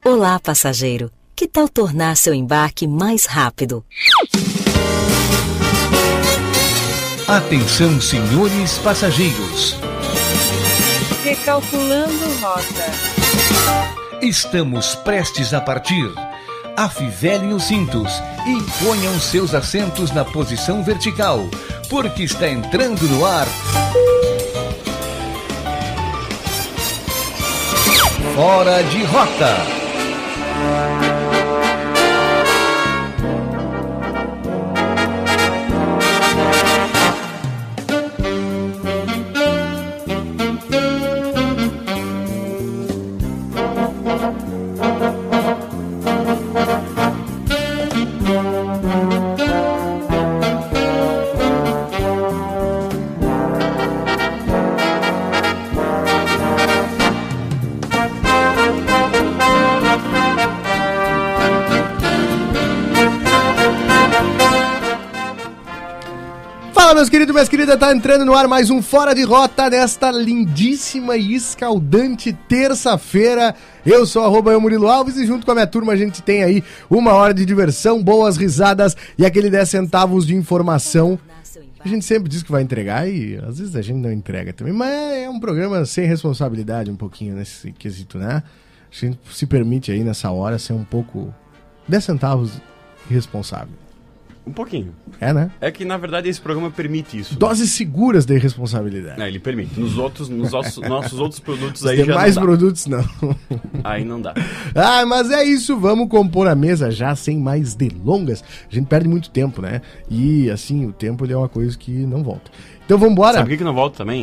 Olá, passageiro. Que tal tornar seu embarque mais rápido? Atenção, senhores passageiros. Recalculando rota. Estamos prestes a partir. Afivelem os cintos e ponham seus assentos na posição vertical, porque está entrando no ar... Fora de Rota. Meus queridos e minhas queridas, tá entrando no ar mais um Fora de Rota nesta lindíssima e escaldante terça-feira. Eu sou @eu Murilo Alves e junto com a minha turma a gente tem aí 1 hora de diversão, boas risadas e aquele 10 centavos de informação. A gente sempre diz que vai entregar e às vezes a gente não entrega também, mas é um programa sem responsabilidade um pouquinho nesse quesito, né? A gente se permite aí nessa hora ser um pouco 10 centavos irresponsável. Um pouquinho. É, né? É que, na verdade, esse programa permite isso. Doses seguras de irresponsabilidade. É, ele permite. Nos nossos outros produtos aí já não dá. Os demais produtos não. Aí não dá. Ah, mas é isso. Vamos compor a mesa já sem mais delongas. A gente perde muito tempo, né? E, assim, o tempo ele é uma coisa que não volta. Então, vamos embora. Sabe por que não volta também?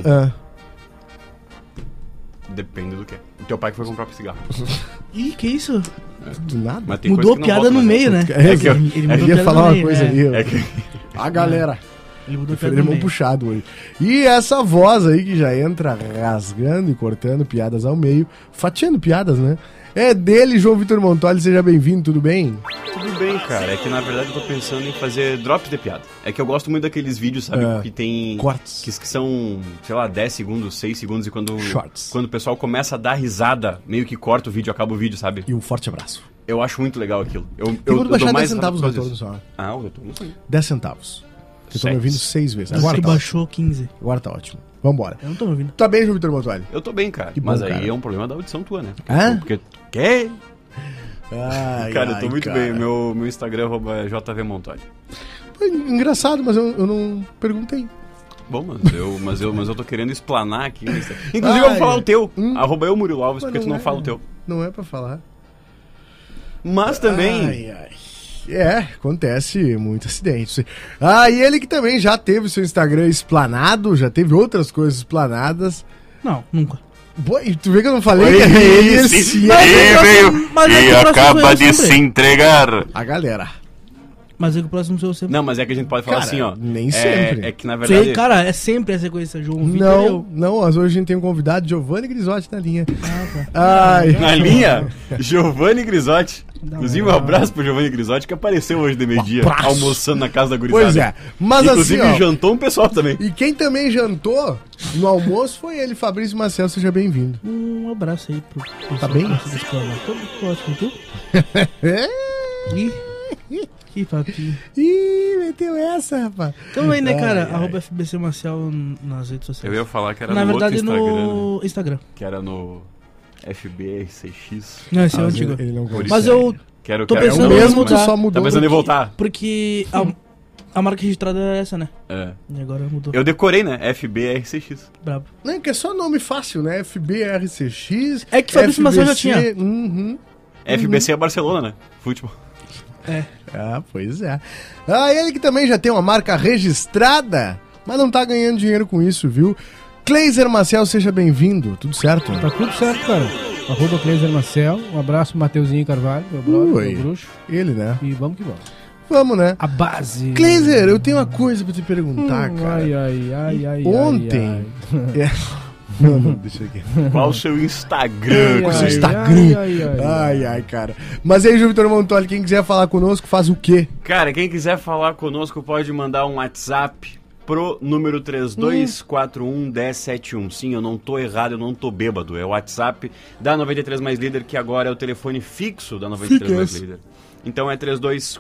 Depende do quê? O teu pai que foi comprar cigarro. Ih, que isso? Do nada. Mudou a piada no meio, né? Ele ia falar uma coisa ali. A galera. Ele mudou a piada no meio. Puxado hoje. E essa voz aí que já entra rasgando e cortando piadas ao meio, fatiando piadas, né? É dele, João Vitor Montoli, seja bem-vindo, tudo bem? Tudo bem, cara. É que na verdade eu tô pensando em fazer drops de piada. É que eu gosto muito daqueles vídeos, sabe? Que tem... Cortes. Que são, sei lá, 10 segundos, 6 segundos e quando... Shorts. Quando o pessoal começa a dar risada, meio que corta o vídeo, acaba o vídeo, sabe? E um forte abaixo. Eu acho muito legal aquilo. Eu baixar dou 10 centavos no retorno só. Ah, o retorno sim. 10 centavos. Eu tô me ouvindo 6 vezes. Agora tá baixou ótimo. 15. Agora tá ótimo. Vambora. Eu não tô me ouvindo. Tá bem, João Vitor Montoli? Eu tô bem, cara. Que bom, mas cara. aí é um problema da audição tua, né? Porque Quê? Ai, cara, eu tô muito cara. bem. Meu Instagram é @jvmontoli. Engraçado, mas eu não perguntei. Bom, mas eu tô querendo explanar aqui. Inclusive eu vou falar o teu. @eu Murilo Alves, porque tu não fala o teu. Não é pra falar. Mas também... Acontece muito acidente. E ele que também já teve seu Instagram explanado, já teve outras coisas explanadas. Não, nunca. Pô, e tu vê que eu não falei Oi, que era ele veio e acaba de se entregar. A galera. Mas é que o próximo sou eu sempre. Não, mas é que a gente pode falar Cara, assim, ó. nem sempre. É que na verdade... Sei, cara, é sempre a sequência, João Vitor. Não, mas hoje a gente tem um convidado, Giovanni Grisotti, na linha. Tá. Na linha, Giovanni Grisotti. Inclusive, um abraço pro Giovanni Grisotti, que apareceu hoje de meio-dia, almoçando na casa da gurizada. Pois é, mas inclusive, assim, ó, jantou um pessoal também. E quem também jantou no almoço foi ele, Fabrício Marcel, seja bem-vindo. Um abraço aí pro Tá bem? Tô ótimo, tu? Ih, papinho. Ih, meteu essa, rapaz. Então aí, né, cara? @FBC Marcel nas redes sociais. Eu ia falar que era na no verdade, outro Instagram, no Instagram. Que era no FBRCX. Não, esse é o antigo. Ele não Mas eu Quero tô é pensando o mesmo, em mudar. tu só mudou. Tá pensando em voltar? Porque a marca registrada era essa, né? É. E agora mudou. Eu decorei, né? FBRCX. Brabo. Não, é que é só nome fácil, né? FBRCX. É que Fabrício Marcel já tinha. FBC é Barcelona, né? Futebol. Pois é. Ele que também já tem uma marca registrada, mas não tá ganhando dinheiro com isso, viu? Cleiser Marcel, seja bem-vindo. Tudo certo? Tá tudo certo, cara. @Cleiser Marcel. Um abraço pro Mateuzinho Carvalho, meu brother, meu bruxo. Ele, né? E vamos que vamos. Vamos, né? A base. Cleiser, eu tenho uma coisa pra te perguntar, cara. Ai. Ontem... Não, deixa aqui. Qual o seu Instagram? Qual o seu Instagram? Ai, cara. Mas aí, João Vitor Montoli, quem quiser falar conosco, faz o quê? Cara, quem quiser falar conosco pode mandar um WhatsApp pro número 3241-1071. Sim, eu não tô errado, eu não tô bêbado. É o WhatsApp da 93 Mais Líder, que agora é o telefone fixo da 93 Mais Líder. Então é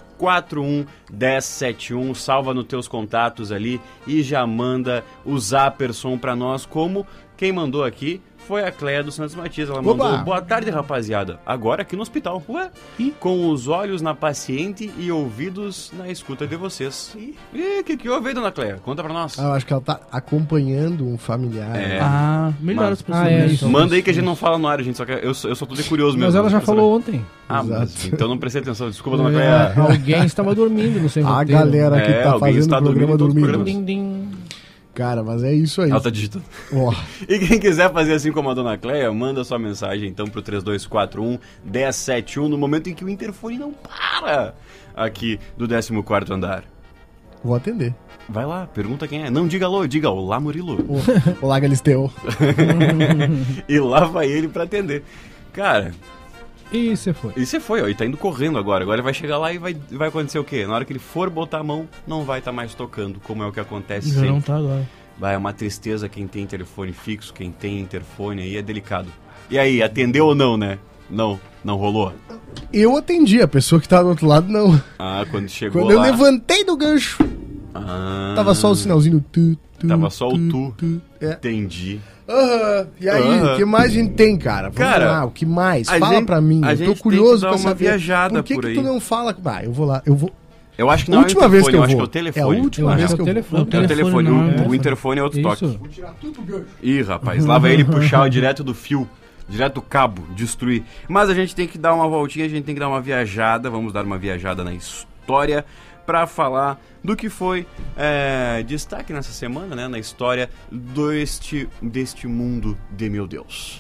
3241-1071, salva nos teus contatos ali e já manda o Zapperson pra nós, como quem mandou aqui foi a Cléia dos Santos Matias. Ela mandou, boa tarde, rapaziada. Agora aqui no hospital. Ué? Com os olhos na paciente e ouvidos na escuta de vocês. E o que houve aí, dona Cléia? Conta pra nós. Eu acho que ela tá acompanhando um familiar. Melhor as pessoas. Manda aí que a gente não fala no ar, gente. Só que eu só tô de curioso mesmo. Mas ela já falou ontem. Mas, então não prestei atenção. Desculpa, dona Cléia. Alguém estava dormindo no seu A galera que tá fazendo o programa dormindo. Din. Cara, mas é isso aí. Ela tá digitando. E quem quiser fazer assim como a dona Cléia, manda sua mensagem então pro 3241-1071 no momento em que o interfone não para aqui do 14º andar. Vou atender. Vai lá, pergunta quem é. Não, diga alô, diga olá, Murilo. Olá, Galisteu. E lá vai ele pra atender. Cara... E você foi. E você foi, ó, e tá indo correndo agora. Agora ele vai chegar lá e vai acontecer o quê? Na hora que ele for botar a mão, não vai estar mais tocando, como é o que acontece sempre. Não tá agora. Vai, é uma tristeza quem tem telefone fixo, quem tem interfone aí, é delicado. E aí, atendeu ou não, né? Não rolou? Eu atendi, a pessoa que tava do outro lado não. Quando chegou Quando lá... eu levantei do gancho, tava só o sinalzinho tava só o tu. É. Entendi. E aí, o que mais a gente tem, cara? Vamos lá, o que mais? Fala pra mim, eu tô curioso pra saber. Viajada por que tu não fala? Eu vou lá, Eu acho que não última vez que eu acho vou. que é o telefone. É a última vez que eu vou. É o telefone, o interfone é outro toque. Vou tirar tudo do gancho. Ih, rapaz, lá vai ele puxar direto do fio, direto do cabo, destruir. Mas a gente tem que dar uma voltinha, a gente tem que dar uma viajada, vamos dar uma viajada na história para falar do que foi destaque nessa semana, né, na história deste mundo de meu Deus.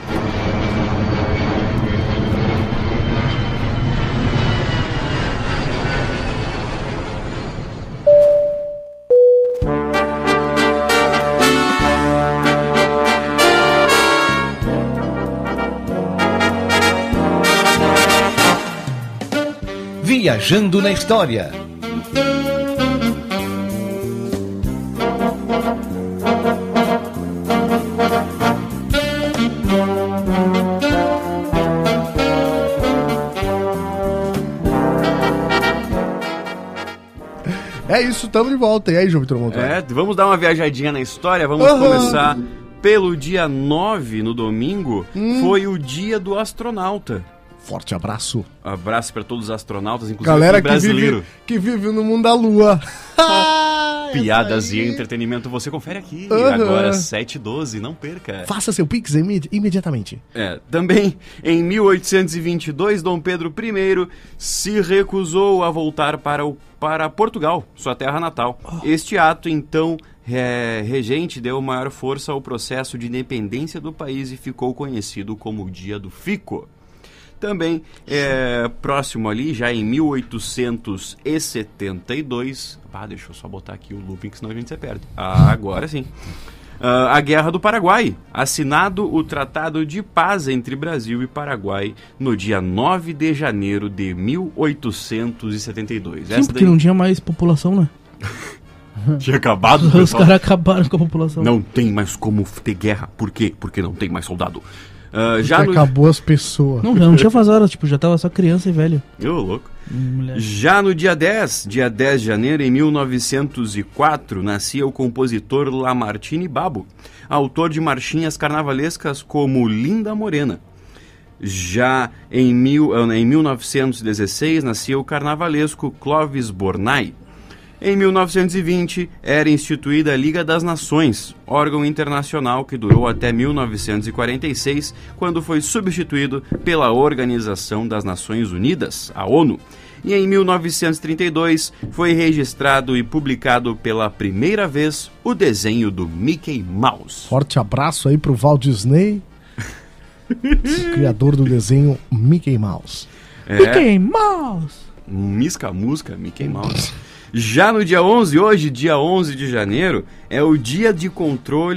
Viajando na História. É isso, estamos de volta. E aí, João Vitor Montoya? Vamos dar uma viajadinha na história. Vamos começar pelo dia 9, no domingo. Foi o dia do astronauta. Forte abraço. Abraço para todos os astronautas, inclusive galera brasileiro. Que vive no mundo da lua. Piadas e entretenimento, você confere aqui. Agora 7h12, não perca. Faça seu Pix imediatamente. Também, em 1822, Dom Pedro I se recusou a voltar para Portugal, sua terra natal. Este ato, então, regente deu maior força ao processo de independência do país e ficou conhecido como o Dia do Fico. Também, próximo ali, já em 1872... deixa eu só botar aqui o looping, que senão a gente se perde. Agora sim. A Guerra do Paraguai. Assinado o Tratado de Paz entre Brasil e Paraguai no dia 9 de janeiro de 1872. Sim, porque não tinha mais população, né? Tinha acabado, os caras acabaram com a população. Não tem mais como ter guerra. Por quê? Porque não tem mais soldado. Acabou as pessoas. Não, já não tinha fazado, já tava só criança e velho. Louco. Já no dia 10 de janeiro, em 1904, nascia o compositor Lamartine Babo, autor de marchinhas carnavalescas como Linda Morena. Já em 1916, nascia o carnavalesco Clovis Bornai. Em 1920, era instituída a Liga das Nações, órgão internacional que durou até 1946, quando foi substituído pela Organização das Nações Unidas, a ONU. E em 1932, foi registrado e publicado pela primeira vez o desenho do Mickey Mouse. Forte abraço aí pro Walt Disney, criador do desenho Mickey Mouse. Mickey Mouse! Misca a música, Mickey Mouse. Já no dia 11, hoje, dia 11 de janeiro, é o dia de controle...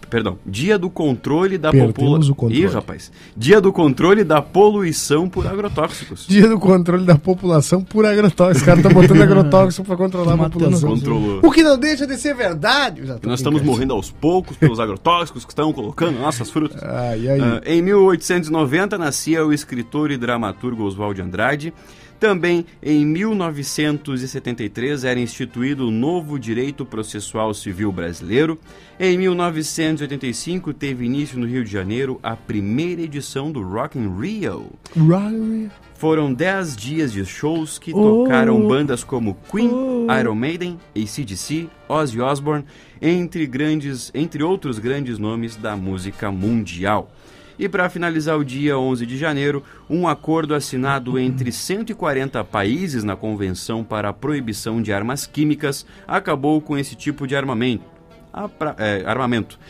Dia do controle da Perdemos o controle. Ih, rapaz. Dia do controle da poluição por agrotóxicos. Dia do controle da população por agrotóxicos. Os caras estão botando agrotóxico pra controlar a população. Controlou. O que não deixa de ser verdade. Nós estamos morrendo aos poucos pelos agrotóxicos que estão colocando nas nossas frutas. Em 1890 nascia o escritor e dramaturgo Oswald de Andrade. Também em 1973 era instituído o novo direito processual civil brasileiro. Em 1985 teve início no Rio de Janeiro a primeira edição do Rock in Rio. Foram 10 dias de shows que tocaram bandas como Queen, Iron Maiden, AC/DC, Ozzy Osbourne, entre outros grandes nomes da música mundial. E para finalizar o dia 11 de janeiro, um acordo assinado entre 140 países na Convenção para a Proibição de Armas Químicas acabou com esse tipo de armamento. Armamento.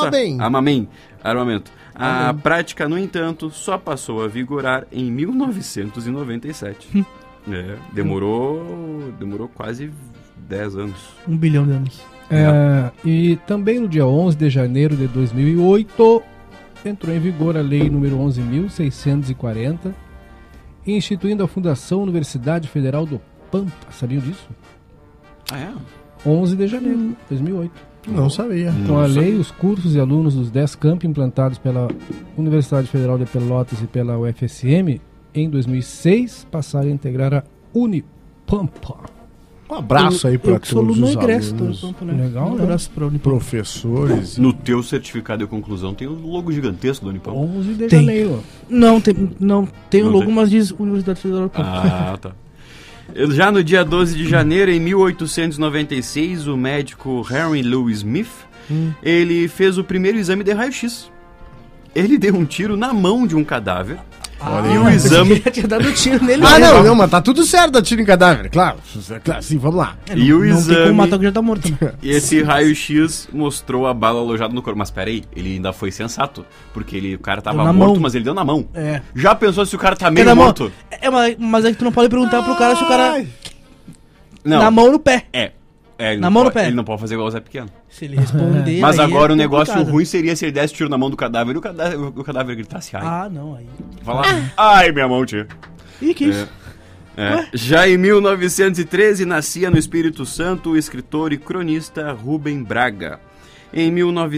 A prática, no entanto, só passou a vigorar em 1997. Demorou quase 10 anos. 1 bilhão de anos. E também no dia 11 de janeiro de 2008... entrou em vigor a Lei número 11.640, instituindo a Fundação Universidade Federal do Pampa. Sabiam disso? 11 de janeiro de 2008. Não sabia. Com a lei, os cursos e alunos dos 10 campi implantados pela Universidade Federal de Pelotas e pela UFSM em 2006 passaram a integrar a Unipampa. Um abraço aí para todos os alunos. Legal, né? Abraço para Unipampa. Professores. No teu certificado de conclusão tem o logo gigantesco do Unipampa. 11 de janeiro. Não tem o logo, mas diz Universidade Federal do Pampa. Tá. Já no dia 12 de janeiro, em 1896, o médico Henry Louis Smith, ele fez o primeiro exame de raio-x. Ele deu um tiro na mão de um cadáver. E o exame... tinha dado tiro nele. Não, mas tá tudo certo, dar tiro em cadáver, claro, sim, vamos lá. E o exame... Não tem como matar que já tá morto, né? E esse raio-x mostrou a bala alojada no corpo. Mas peraí, ele ainda foi sensato, porque o cara tava morto, mas ele deu na mão. Já pensou se o cara tá meio morto? Mas é que tu não pode perguntar pro cara se o cara... Não. Na mão ou no pé. Na mão no pé. Ele não pode fazer igual o Zé Pequeno. Se ele responder... Mas agora o negócio ruim seria se ele desse tiro na mão do cadáver e o cadáver gritasse ai. Não, aí... Falar, ai, minha mão, tio. Ih, que isso? Já em 1913 nascia no Espírito Santo o escritor e cronista Rubem Braga. Em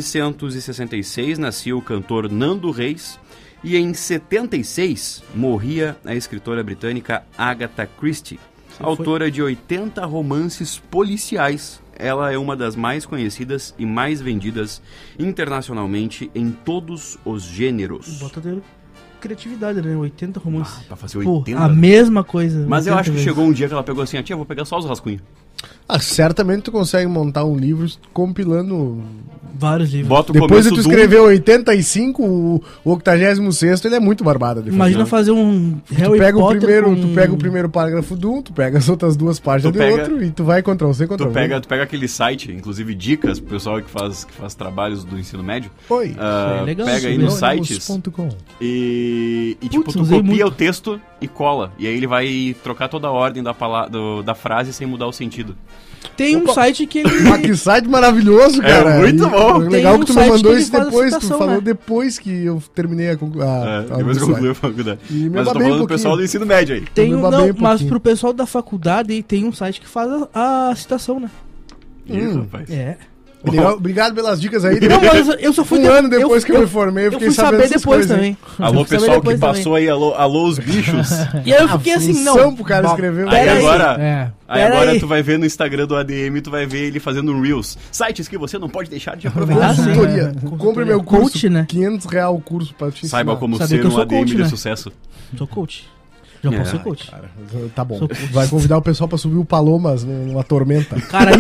1966 nascia o cantor Nando Reis. E em 76 morria a escritora britânica Agatha Christie, autora de 80 romances policiais. Ela é uma das mais conhecidas e mais vendidas internacionalmente em todos os gêneros. Bota dele criatividade, né? 80 romances. Pra fazer 80? A mesma coisa. Mas eu acho que chegou um dia que ela pegou assim, tia, vou pegar só os rascunhos. Certamente tu consegue montar um livro compilando... vários livros. Bota o Depois de tu escrever 85, o 86º, ele é muito barbado. Imagina fazer um Harry Potter Tu pega o primeiro parágrafo de um, tu pega as outras duas páginas de outro e tu vai Ctrl-C, Ctrl-V. Tu pega aquele site, inclusive dicas pro pessoal que faz trabalhos do ensino médio. Legal. Pega aí nos sites e tipo, tu copia o texto e cola. E aí ele vai trocar toda a ordem da frase sem mudar o sentido. Tem um site que ele... que site maravilhoso, cara. É muito bom. Legal que tu me mandou isso depois, tu falou depois que eu terminei depois que eu concluí a faculdade. Mas eu tô falando do pessoal do ensino médio aí. Mas pro pessoal da faculdade tem um site que faz a citação, né? Rapaz. Obrigado pelas dicas aí. Não, mas eu só fui... Um ano depois que eu me formei, eu fiquei sabendo saber depois também. Alô, pessoal que passou aí, alô os bichos. E aí eu fiquei assim, não... pro cara escrever. Aí agora tu vai ver no Instagram do ADM, tu vai ver ele fazendo Reels. Sites que você não pode deixar de aproveitar. Consultoria. Compre meu curso, coach, né? R$500 o curso pra te ensinar. Saiba como ser um ADM de sucesso. Sou coach. Já posso ser coach. Cara, tá bom. Vai convidar o pessoal pra subir o Palomas numa tormenta. Cara,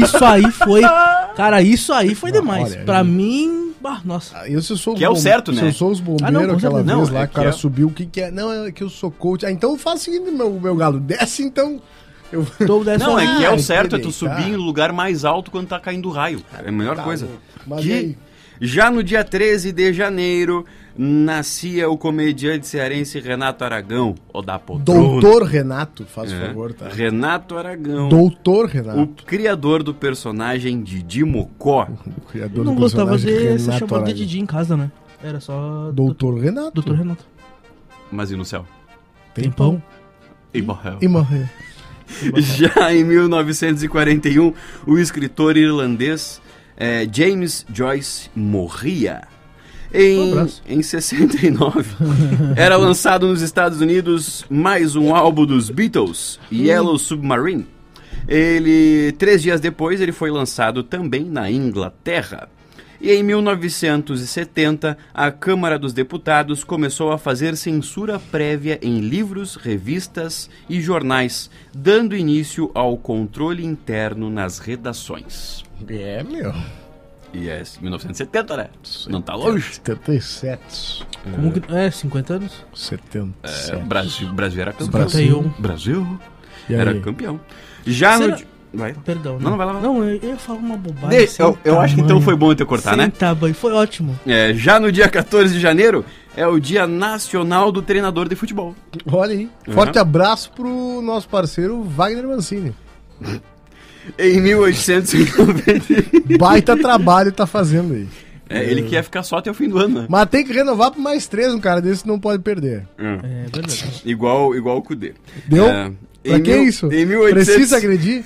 isso aí foi demais. Olha, pra mim... nossa. Se eu sou que é o certo, né? Se eu sou os bombeiros aquela vez lá, que o cara subiu, o que é? Não, é que eu sou coach. Então faz o seguinte, meu galo, desce então... Não, é que é o certo, é tu subir em lugar mais alto quando tá caindo raio. É a melhor coisa. Mas aí... Já no dia 13 de janeiro, nascia o comediante cearense Renato Aragão, o da Poltrona. Doutor Renato, faz favor, tá? Renato Aragão. Doutor Renato. O criador do personagem Didi Mocó. Eu não gostava de ser chamado de Didi em casa, né? Era só... Doutor Renato. Doutor Renato. Mas e no céu? Tem pão. E morreu. E morreu. Já em 1941, o escritor irlandês James Joyce morria. Em 69, era lançado nos Estados Unidos mais um álbum dos Beatles, Yellow Submarine. 3 dias depois, ele foi lançado também na Inglaterra. E em 1970, a Câmara dos Deputados começou a fazer censura prévia em livros, revistas e jornais, dando início ao controle interno nas redações. É, meu. E é 1970, né? Não tá longe. 77. Como que... 50 anos? 77. Brasil era campeão. 51. Brasil E era aí? campeão. Já Será... no... Vai. Perdão. Não, vai lá. Não, eu ia falar uma bobagem. Eu acho que então foi bom eu ter cortado, né? Tamanho. Foi ótimo. Já no dia 14 de janeiro é o Dia Nacional do Treinador de Futebol. Olha aí. Forte abraço pro nosso parceiro Wagner Mancini. Em 1890. Baita trabalho tá fazendo aí. Ele quer ficar só até o fim do ano, né? Mas tem que renovar por mais 3, um cara desse não pode perder. É verdade. Igual o Kudê. Deu? Pra que isso? Em 1800... Precisa agredir?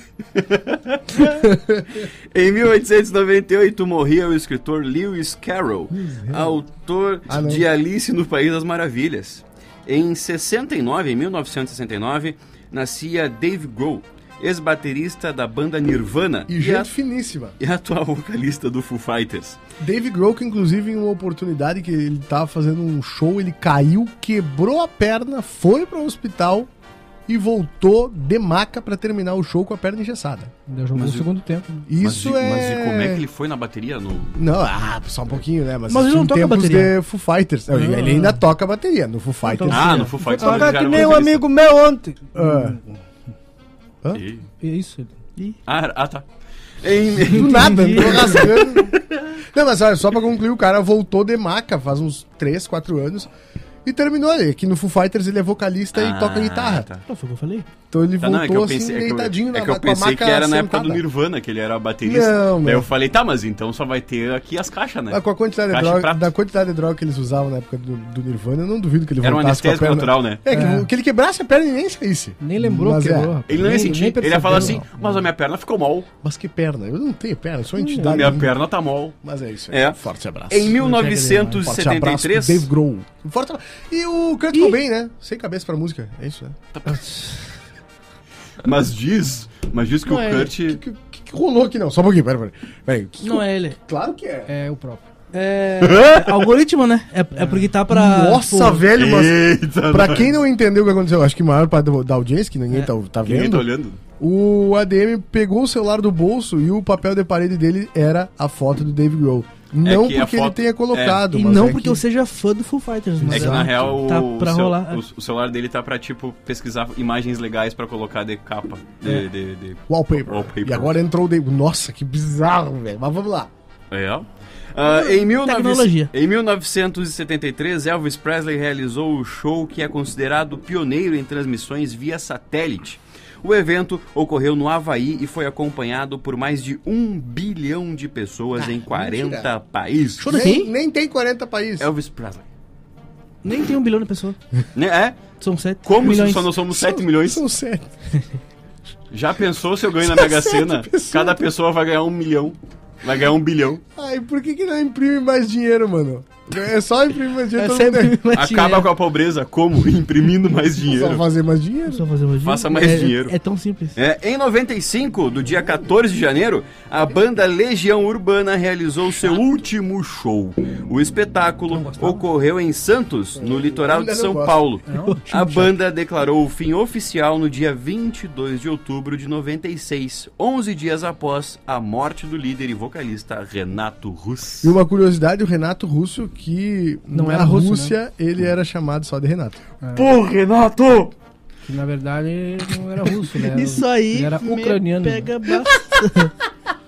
Em 1898 morria o escritor Lewis Carroll, autor de Alice no País das Maravilhas. Em 1969, nascia Dave Grohl, ex-baterista da banda Nirvana E gente finíssima. e atual vocalista do Foo Fighters. Dave Grohl, que inclusive em uma oportunidade que ele tava fazendo um show, ele caiu, quebrou a perna, foi para o hospital e voltou de maca pra terminar o show com a perna engessada. Ainda jogou o segundo tempo. Né? Isso Mas e como é que ele foi na bateria? Não, só um pouquinho, né? Mas ele não toca tempos bateria. de Foo Fighters. Ele ainda toca bateria no Foo Fighters. No Foo Fighters. Vou tocar ele que era nem um vocalista. amigo meu ontem. E- É isso. tá. Do nada, tô rasgando. Não, mas olha, só pra concluir, o cara voltou de maca faz uns 3, 4 anos e terminou ali. Aqui no Foo Fighters ele é vocalista e toca guitarra. Tá. Não, foi o que eu falei. Então ele Tá, não, voltou é que eu pensei, deitadinho é que eu com a pensei que maca era na época do sentada. Nirvana, que ele era baterista. Não, Daí eu não. falei, tá, mas então só vai ter aqui as caixas, né? Mas com a quantidade de Caixa e droga, prato. da quantidade de droga que eles usavam na época do Nirvana, eu não duvido que ele Era um voltasse com a anestésico perna... natural, né? Que ele quebrasse a perna e nem saísse. Nem lembrou Mas que quebrou. rapaz. Ele não ia Nem- sentir, nem ele ia falar percebeu. assim, mas a minha perna ficou mal. Mas que perna? Eu não tenho perna, eu sou uma A entidade. minha perna tá mal. Mas é isso aí. É. Forte abraço. Em Forte abraço pro 1973... Dave Grohl. Forte abraço. E o Kurt Cobain, né? Sem cabeça pra música. É isso, né? Mas diz que Não o é, Kurt... O que rolou aqui, não? Só um pouquinho, pera. Não é ele. Claro que é. É o próprio. É algoritmo, né? É porque tá pra... Nossa, tipo, velho, mas... Eita, Pra quem não entendeu o que aconteceu, acho que a maior parte da audiência, que ninguém tá Ninguém vendo, tá olhando. o ADM pegou o celular do bolso e o papel de parede dele era a foto do Dave Grohl. Não que a porque ele foto- tenha colocado, E mas não é porque que... eu seja fã do Foo Fighters, mas É que na real tá pra rolar. o celular dele tá pra, tipo, pesquisar imagens legais pra colocar de capa. De Wallpaper. Wallpaper. E agora entrou o Dave... Nossa, que bizarro, velho. Mas vamos lá. Tecnologia. Em 1973, Elvis Presley realizou o show que é considerado pioneiro em transmissões via satélite. O evento ocorreu no Havaí e foi acompanhado por mais de 1 bilhão de pessoas em 40 mentira. países. Show daqui? Nem tem 40 países. Elvis Presley. Nem tem 1 bilhão de pessoas. Né? São 7 Como milhões. se só nós somos 7 milhões? São 7. Já pensou se eu ganho na Mega Sena? pessoas. Cada pessoa vai ganhar 1 milhão. Vai ganhar 1 bilhão. Ai, por que não imprime mais dinheiro, mano? É só imprimir mais dinheiro. É todo sempre mundo... mais Acaba dinheiro. com a pobreza. Como? Imprimindo mais Só dinheiro. fazer mais dinheiro. Só fazer mais Faça dinheiro. mais dinheiro. É tão simples. Em 95, do dia 14 de janeiro, a banda Legião Urbana realizou seu último show. O espetáculo ocorreu em Santos, no litoral de Ainda não São gosto. Paulo. Não? A banda declarou o fim oficial no dia 22 de outubro de 96, 11 dias após a morte do líder e vocalista Renato Russo. E uma curiosidade, o Renato Russo, que Não na era russo, Rússia ele era chamado só de Renato. Pô, Renato! Que na verdade não era russo, né? Isso aí Ele era me ucraniano. pega bastante.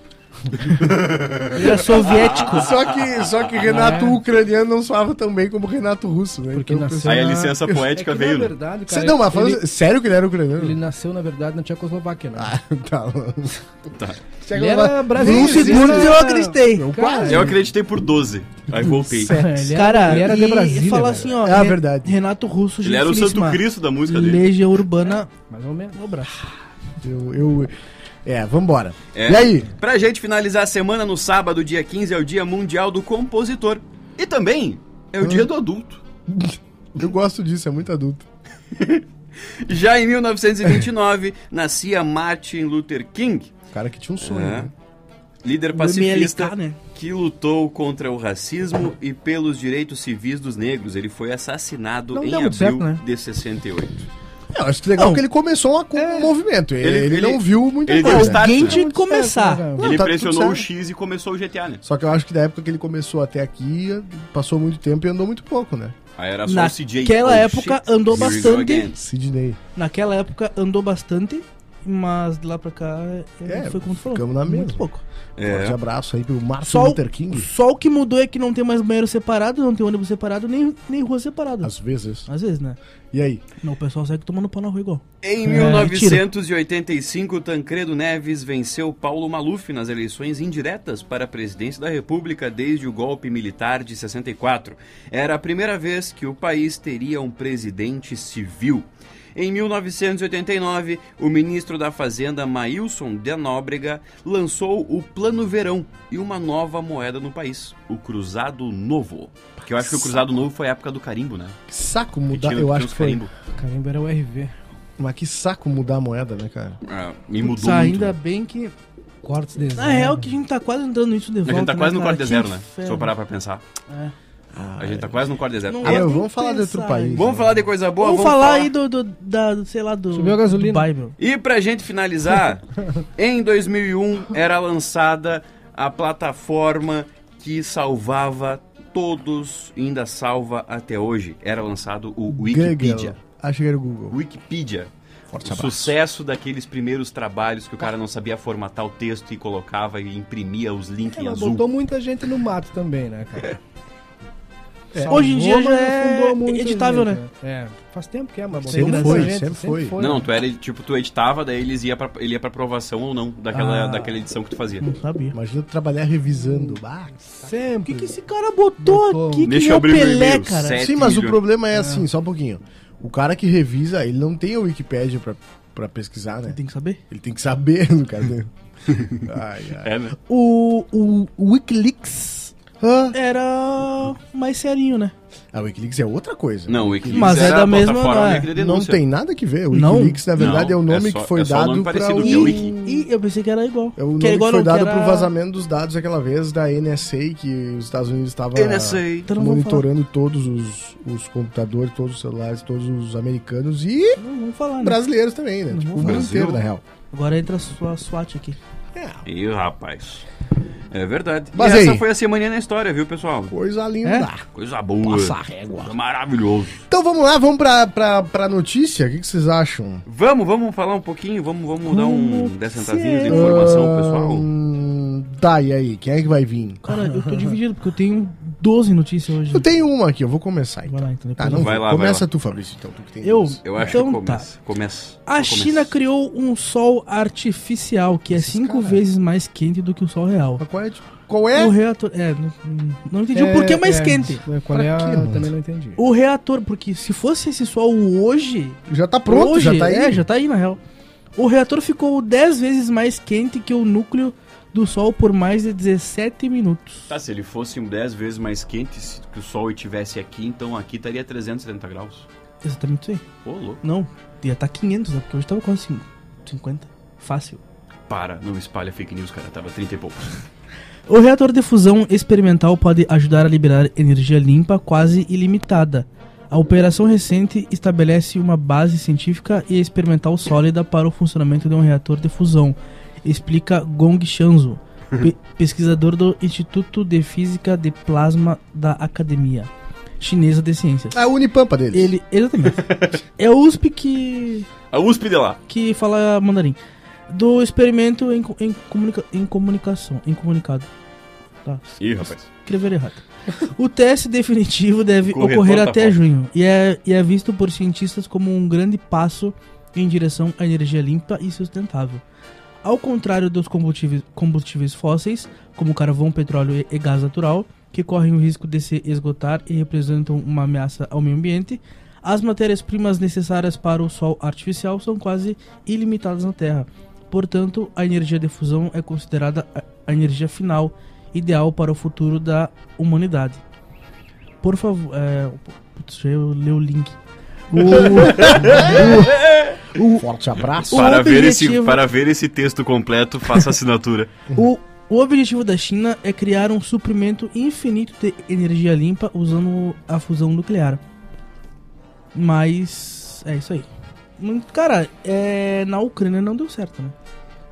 Ele era soviético. Só que Renato ucraniano não soava tão bem como Renato russo, né? Porque Então, nasceu Aí a na- licença poética É que, veio, na né? verdade, cara, Não, mas falando ele, sério que ele era ucraniano? ele nasceu, na verdade, na Tchecoslováquia, né? Tá. Tá. Ele era brasileiro. Por um segundo eu acreditei. Quase. Eu acreditei por 12. Aí voltei. Cara, ele era de Brasília, fala velho. assim, ó. É a verdade. Renato Russo, Ele era o gente Santo finíssima. Cristo da música dele. Legião Urbana Mais ou menos. no braço. Vambora. É. E aí? Pra gente finalizar a semana, no sábado, dia 15, é o Dia Mundial do Compositor. E também é o Dia do Adulto. Eu gosto disso, é muito adulto. Já em 1929, nascia Martin Luther King, O cara que tinha um sonho, É. né? líder Do pacifista MLK, né? que lutou contra o racismo e pelos direitos civis dos negros. Ele foi assassinado Não em deu abril muito certo, né? de 68. Eu acho que legal Não. que ele começou um movimento. Ele não viu muita ele deu coisa. start, Alguém né? tinha que começar. Não, Ele tá pressionou tudo o certo. X e começou o GTA, né? Só que eu acho que da época que ele começou até aqui, passou muito tempo e andou muito pouco, né? Aí era só o CJ. Naquela época shit, andou here we go bastante. again. Sidney. Naquela época andou bastante, mas de lá pra cá foi como tu falou. ficamos na muito mesma. pouco. Forte abraço aí pro Martin Só, Luther King. só o que mudou é que não tem mais banheiro separado, não tem ônibus separado, nem rua separada. Às vezes. Às vezes, né? E aí? Não, o pessoal segue tomando pau na rua igual. Em 1985, Tancredo Neves venceu Paulo Maluf nas eleições indiretas para a presidência da República desde o golpe militar de 64. Era a primeira vez que o país teria um presidente civil. Em 1989, o ministro da Fazenda, Maílson de Nóbrega, lançou o Plano Verão e uma nova moeda no país, o Cruzado Novo. Que eu acho que o Cruzado Novo foi a época do carimbo, né? Que saco Que mudar. tinha- Eu tinha acho os que foi. carimbo. Carimbo era o RV. Mas que saco mudar a moeda, né, cara? Ah, me mudou Putz, muito. ainda bem que... Cortes de Na real que a gente tá quase entrando nisso de A volta. gente tá quase no cara? quarto de zero, Que né? Se inferno. eu parar pra pensar. É. A gente tá quase no quarto de zero. Não Ah, é mas nem vamos falar de outro pensar, país. hein? Vamos falar de coisa boa? Vamos falar aí sei lá, do... Subiu a gasolina. do Bible. E pra gente finalizar, em 2001 era lançada a plataforma que salvava todos, e ainda salva até hoje. Era lançado o Wikipedia. Google. Acho que era o Google. Wikipedia. Forte O abraço. sucesso daqueles primeiros trabalhos que o cara não sabia formatar o texto e colocava e imprimia os links em Ela azul. botou muita gente no mato também, né, cara? Hoje em dia Salvou, já mas é afundou muita editável, gente, né? É, faz tempo que é, mas Sempre botou foi, muita gente, sempre foi. Não, tu era, tipo, tu editava, daí ele ia pra aprovação ou não daquela edição que tu fazia. Não sabia. Imagina tu trabalhar revisando. Ah, O Sempre. que esse cara botou, Botou. aqui? Deixa Que eu nem o abrir meu Pelé, e-mail. cara. 7 sim, mas o milhões. problema é assim, só um pouquinho. O cara que revisa, ele não tem a Wikipédia pra pesquisar, né? Tem que saber. Ele tem que saber, no cara. Ai, ai. É, né? O Wikileaks Ah, era mais serinho, né? a Wikileaks é outra coisa. Não, o Wikileaks Mas é era da a mesma, plataforma não é? meio que de Não denúncia. tem nada que ver. O Não? Wikileaks, na verdade, Não, é o nome é só- que foi é só o dado nome pra parecido, o... que é o Wiki. E eu pensei que era igual. É o nome que era que igual, foi não, dado que era... pro vazamento dos dados aquela vez da NSA, que os Estados Unidos estavam NSA. Então não vamos monitorando todos os computadores, todos os celulares, todos os americanos e falar. Não, vamos falar, né? brasileiros também, né? Não Tipo, o vamos mundo falar. inteiro, na real. Agora entra a sua SWAT aqui. Ih, rapaz. É verdade. Mas e essa aí? foi a semaninha na história, viu, pessoal? Coisa linda. É? Coisa boa. Passa a régua. Coisa maravilhoso. Então vamos lá, vamos pra notícia. O que vocês acham? Vamos falar um pouquinho, vamos dar um decentazinho de é? informação pro pessoal. Tá, e aí? Quem é que vai vir? Cara, eu tô dividido, porque eu tenho 12 notícias hoje. Eu tenho uma aqui, eu vou começar então. Vai lá, então. Tá, depois não, eu- Vai lá, começa vai lá. tu, Fabrício, então. Tu que tem Eu? duas. Eu acho Então que tá. começa. A China criou um sol artificial que é Esses 5 cara- vezes mais quente do que o sol real. Mas qual é? O reator... não entendi o porquê mais quente. Qual é Pra a... quê, mano? Também não entendi. O reator, porque se fosse esse sol hoje... Já tá pronto, hoje, já tá aí. já tá aí na real. O reator ficou 10 vezes mais quente que o núcleo do sol por mais de 17 minutos. Tá, se ele fosse 10 vezes mais quente se que o sol estivesse aqui, então aqui estaria 370 graus. Exatamente isso aí. Ô, louco. Não, ia estar 500, né? Porque hoje tava quase 50. Fácil. Para, não espalha fake news, cara. Tava 30 e poucos. O reator de fusão experimental pode ajudar a liberar energia limpa quase ilimitada. A operação recente estabelece uma base científica e experimental sólida para o funcionamento de um reator de fusão, explica Gong Shanzhu, pesquisador do Instituto de Física de Plasma da Academia Chinesa de Ciências. A Unipampa deles. Exatamente. É a USP A USP de lá. que fala mandarim. Do experimento em comunicado. Tá. Ih, rapaz. Escrever errado. O teste definitivo deve Corretor ocorrer tá até fora. junho e é visto por cientistas como um grande passo em direção à energia limpa e sustentável. Ao contrário dos combustíveis fósseis, como carvão, petróleo e gás natural, que correm o risco de se esgotar e representam uma ameaça ao meio ambiente, as matérias-primas necessárias para o sol artificial são quase ilimitadas na Terra. Portanto, a energia de fusão é considerada a energia final, ideal para o futuro da humanidade. Por favor... Putz, eu li o link. Forte abraço. Para ver esse texto completo, faça assinatura. O objetivo da China é criar um suprimento infinito de energia limpa usando a fusão nuclear. Mas é isso aí. Cara, na Ucrânia não deu certo, né?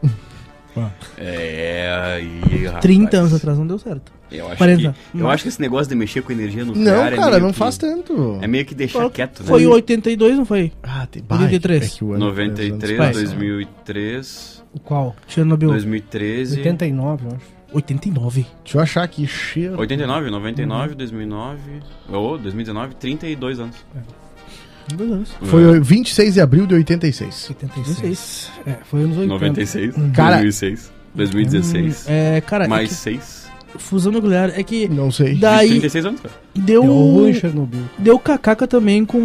Aí, rapaz. 30 anos atrás não deu certo. Eu acho, 40. eu acho que esse negócio de mexer com energia nuclear Não, cara, meio não que- faz tanto. É meio que deixar quieto, né? Foi em 82, não foi? Ah, tem 83. que o ano- 93, Vai. 2003, O qual? Chernobyl. 2013, 89, eu acho. 89. Deixa eu achar aqui. Cheiro. 89, 99, 2009, ou 2019, 32 anos. 2 anos. Foi 26 de abril de 86. 86. Foi anos 80. 96, Cara- 2006, 2016, Cara, mais é 6, que fusão nuclear é que Não sei. daí 36 anos, cara. deu Deu ruim em Chernobyl. deu cacaca também com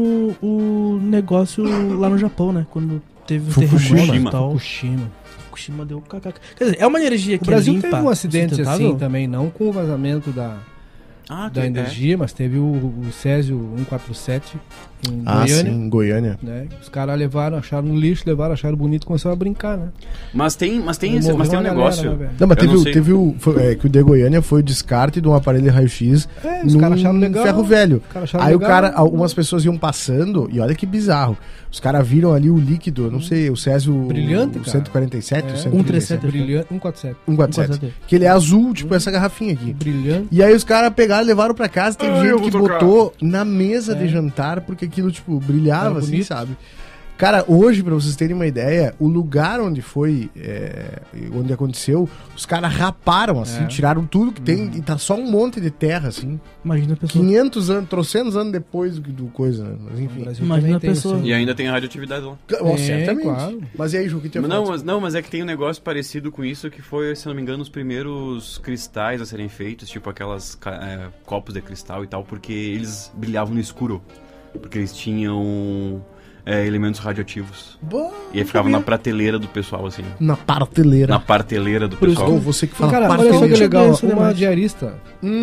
o negócio lá no Japão, né? Quando teve o Fukushima. terremoto e tal. Fukushima. Fukushima deu cacaca. Quer dizer, é uma energia O que Brasil é limpa, teve um acidente sustentável. assim também, não com o vazamento da que energia, mas teve o Césio 147 em Ah, Goiânia. sim, em Goiânia. Né? Os caras levaram, acharam no lixo, acharam bonito e começaram a brincar, né? Mas tem um Morreu uma negócio. galera, né, velho? Não, mas Eu não sei. teve o. Que o de Goiânia foi o descarte de um aparelho de raio-x Os caras acharam legal. ferro velho. Os caras acharam Aí legal. o cara, algumas pessoas iam passando, e olha que bizarro. Os caras viram ali o líquido, eu não sei, o Césio. Brilhante, o cara. 147, o 137. Brilhante, 147. 147. Que ele é azul, tipo essa garrafinha aqui. Brilhante. E aí os caras pegaram, levaram pra casa, teve eu gente vou que tocar. botou na mesa de jantar, porque aquilo, tipo, brilhava, Era assim, bonito. sabe? Cara, hoje, pra vocês terem uma ideia, o lugar onde foi, onde aconteceu, os caras raparam, assim, tiraram tudo que tem, e tá só um monte de terra, assim. Imagina a pessoa. 500 anos, 300 anos depois do coisa, né? Mas O enfim. Brasil Imagina também a tem pessoa. isso. E ainda tem radioatividade lá. Certamente. claro. Mas e aí, Ju, o que tu ia falar? Mas é que tem um negócio parecido com isso que foi, se não me engano, os primeiros cristais a serem feitos, tipo aquelas copos de cristal e tal, porque eles brilhavam no escuro. Porque eles tinham elementos radioativos. Boa, E aí ficava na prateleira do pessoal, assim. na prateleira. Na parteleira do Por isso pessoal. Ou você que fala Cara, olha prateleira. só que legal. Isso é Uma demais. diarista,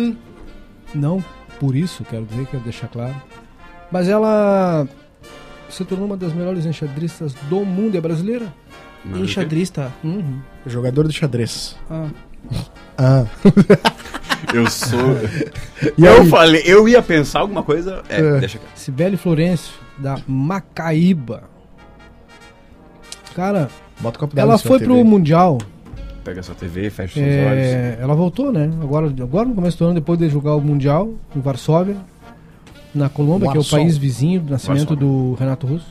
não por isso, quero deixar claro, mas ela se tornou uma das melhores enxadristas do mundo. É brasileira? Mas o quê? Enxadrista. Uhum. Jogador de xadrez. Ah. Ah. Eu sou... E aí? eu ia pensar alguma coisa... deixa aqui. Cibele Florencio, da Macaíba. Cara, Bota o copo d'água ela na sua foi TV. pro Mundial. Pega essa TV, fecha seus olhos. Ela voltou, né? Agora no começo do ano, depois de jogar o Mundial em Varsóvia, na Colômbia, que é o Varsóvia. país vizinho do nascimento Varsóvia. do Renato Russo.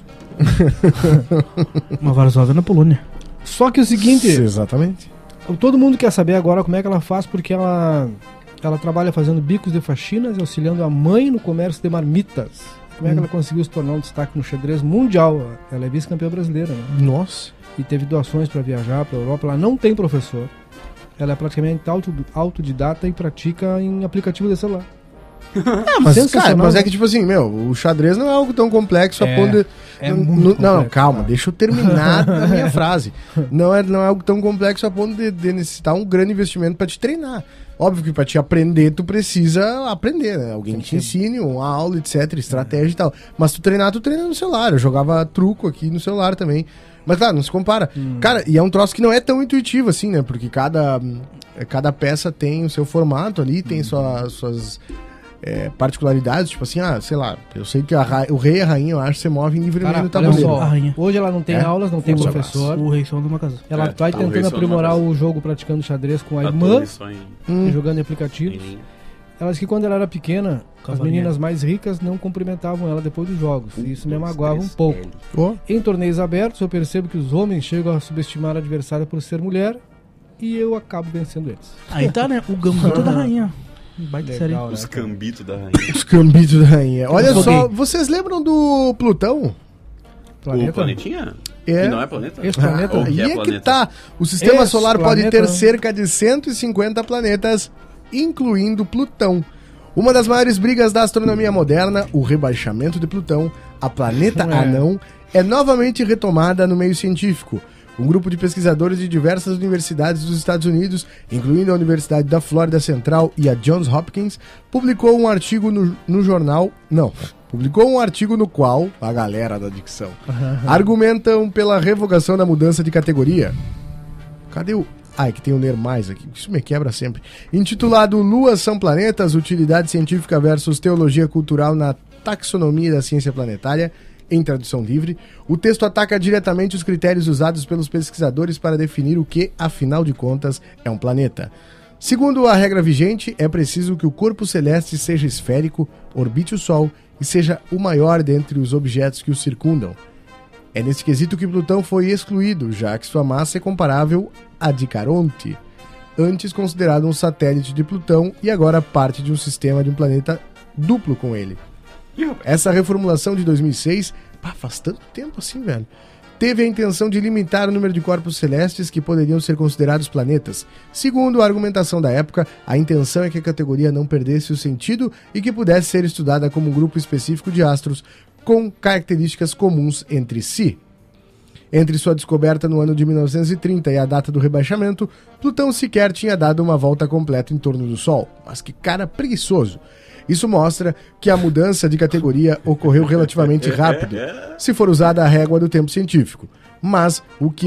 Uma Varsóvia na Polônia. Só que o seguinte, Exatamente. todo mundo quer saber agora como é que ela faz, porque ela trabalha fazendo bicos de faxinas e auxiliando a mãe no comércio de marmitas. Como é que ela conseguiu se tornar um destaque no xadrez mundial? Ela é vice-campeã brasileira, né? Nossa. E teve doações para viajar para a Europa. Ela não tem professor. Ela é praticamente autodidata e pratica em aplicativo de celular. Mas, Sensacional, cara, mas é né? que, tipo assim, o xadrez não é algo tão complexo a É, ponto de... é Não, muito não, complexo, calma, cara. deixa eu terminar a minha frase. Não é algo tão complexo a ponto de necessitar um grande investimento pra te treinar. Óbvio que pra te aprender, tu precisa aprender, né? Alguém te ensine, uma aula, etc, estratégia e tal. Mas tu treina no celular. Eu jogava truco aqui no celular também. Mas claro, não se compara. Cara, e é um troço que não é tão intuitivo assim, né? Porque cada peça tem o seu formato ali, tem suas particularidades. Tipo assim, sei lá, eu sei que o rei e a rainha, eu acho, se movem livremente Cara, no olha tabuleiro. só, A rainha. hoje ela não tem É? aulas, não tem Forte professor. O rei só de uma casa. Ela vai tá, o tentando rei só aprimorar numa o jogo praticando xadrez com a Ator irmã só em e jogando em aplicativos. linha. Ela disse que quando ela era pequena, as Cavalier. meninas mais ricas não cumprimentavam ela depois dos jogos. E isso me magoava um pouco. Ó, Em torneios abertos, eu percebo que os homens chegam a subestimar a adversária por ser mulher e eu acabo vencendo eles. Aí tá, né? O Gambito da Rainha. Baita série. Legal, né? Os cambitos da rainha. os cambitos da rainha. Olha Eu só, joguei. vocês lembram do Plutão? O planetinha? É. Que não é planeta? Esse planeta. Ou que Aí é é que planeta? tá. O sistema Esse solar pode ter planeta- cerca de 150 planetas, incluindo Plutão. Uma das maiores brigas da astronomia moderna, o rebaixamento de Plutão a planeta anão, é novamente retomada no meio científico. Um grupo de pesquisadores de diversas universidades dos Estados Unidos, incluindo a Universidade da Flórida Central e a Johns Hopkins, publicou um artigo no jornal... Não, publicou um artigo no qual, a galera da dicção, argumentam pela revogação da mudança de categoria. Cadê o... Ah, é que tem o ler mais aqui. Isso me quebra sempre. Intitulado Luas são planetas, utilidade científica versus teologia cultural na taxonomia da ciência planetária, em tradução livre, o texto ataca diretamente os critérios usados pelos pesquisadores para definir o que, afinal de contas, é um planeta. Segundo a regra vigente, é preciso que o corpo celeste seja esférico, orbite o Sol e seja o maior dentre os objetos que o circundam. É nesse quesito que Plutão foi excluído, já que sua massa é comparável à de Caronte, antes considerado um satélite de Plutão e agora parte de um sistema de um planeta duplo com ele. Essa reformulação de 2006, faz tanto tempo assim, velho, teve a intenção de limitar o número de corpos celestes que poderiam ser considerados planetas. Segundo a argumentação da época, a intenção é que a categoria não perdesse o sentido e que pudesse ser estudada como um grupo específico de astros com características comuns entre si. Entre sua descoberta no ano de 1930 e a data do rebaixamento, Plutão sequer tinha dado uma volta completa em torno do Sol. Mas que cara preguiçoso! Isso mostra que a mudança de categoria ocorreu relativamente rápido, se for usada a régua do tempo científico. Mas o que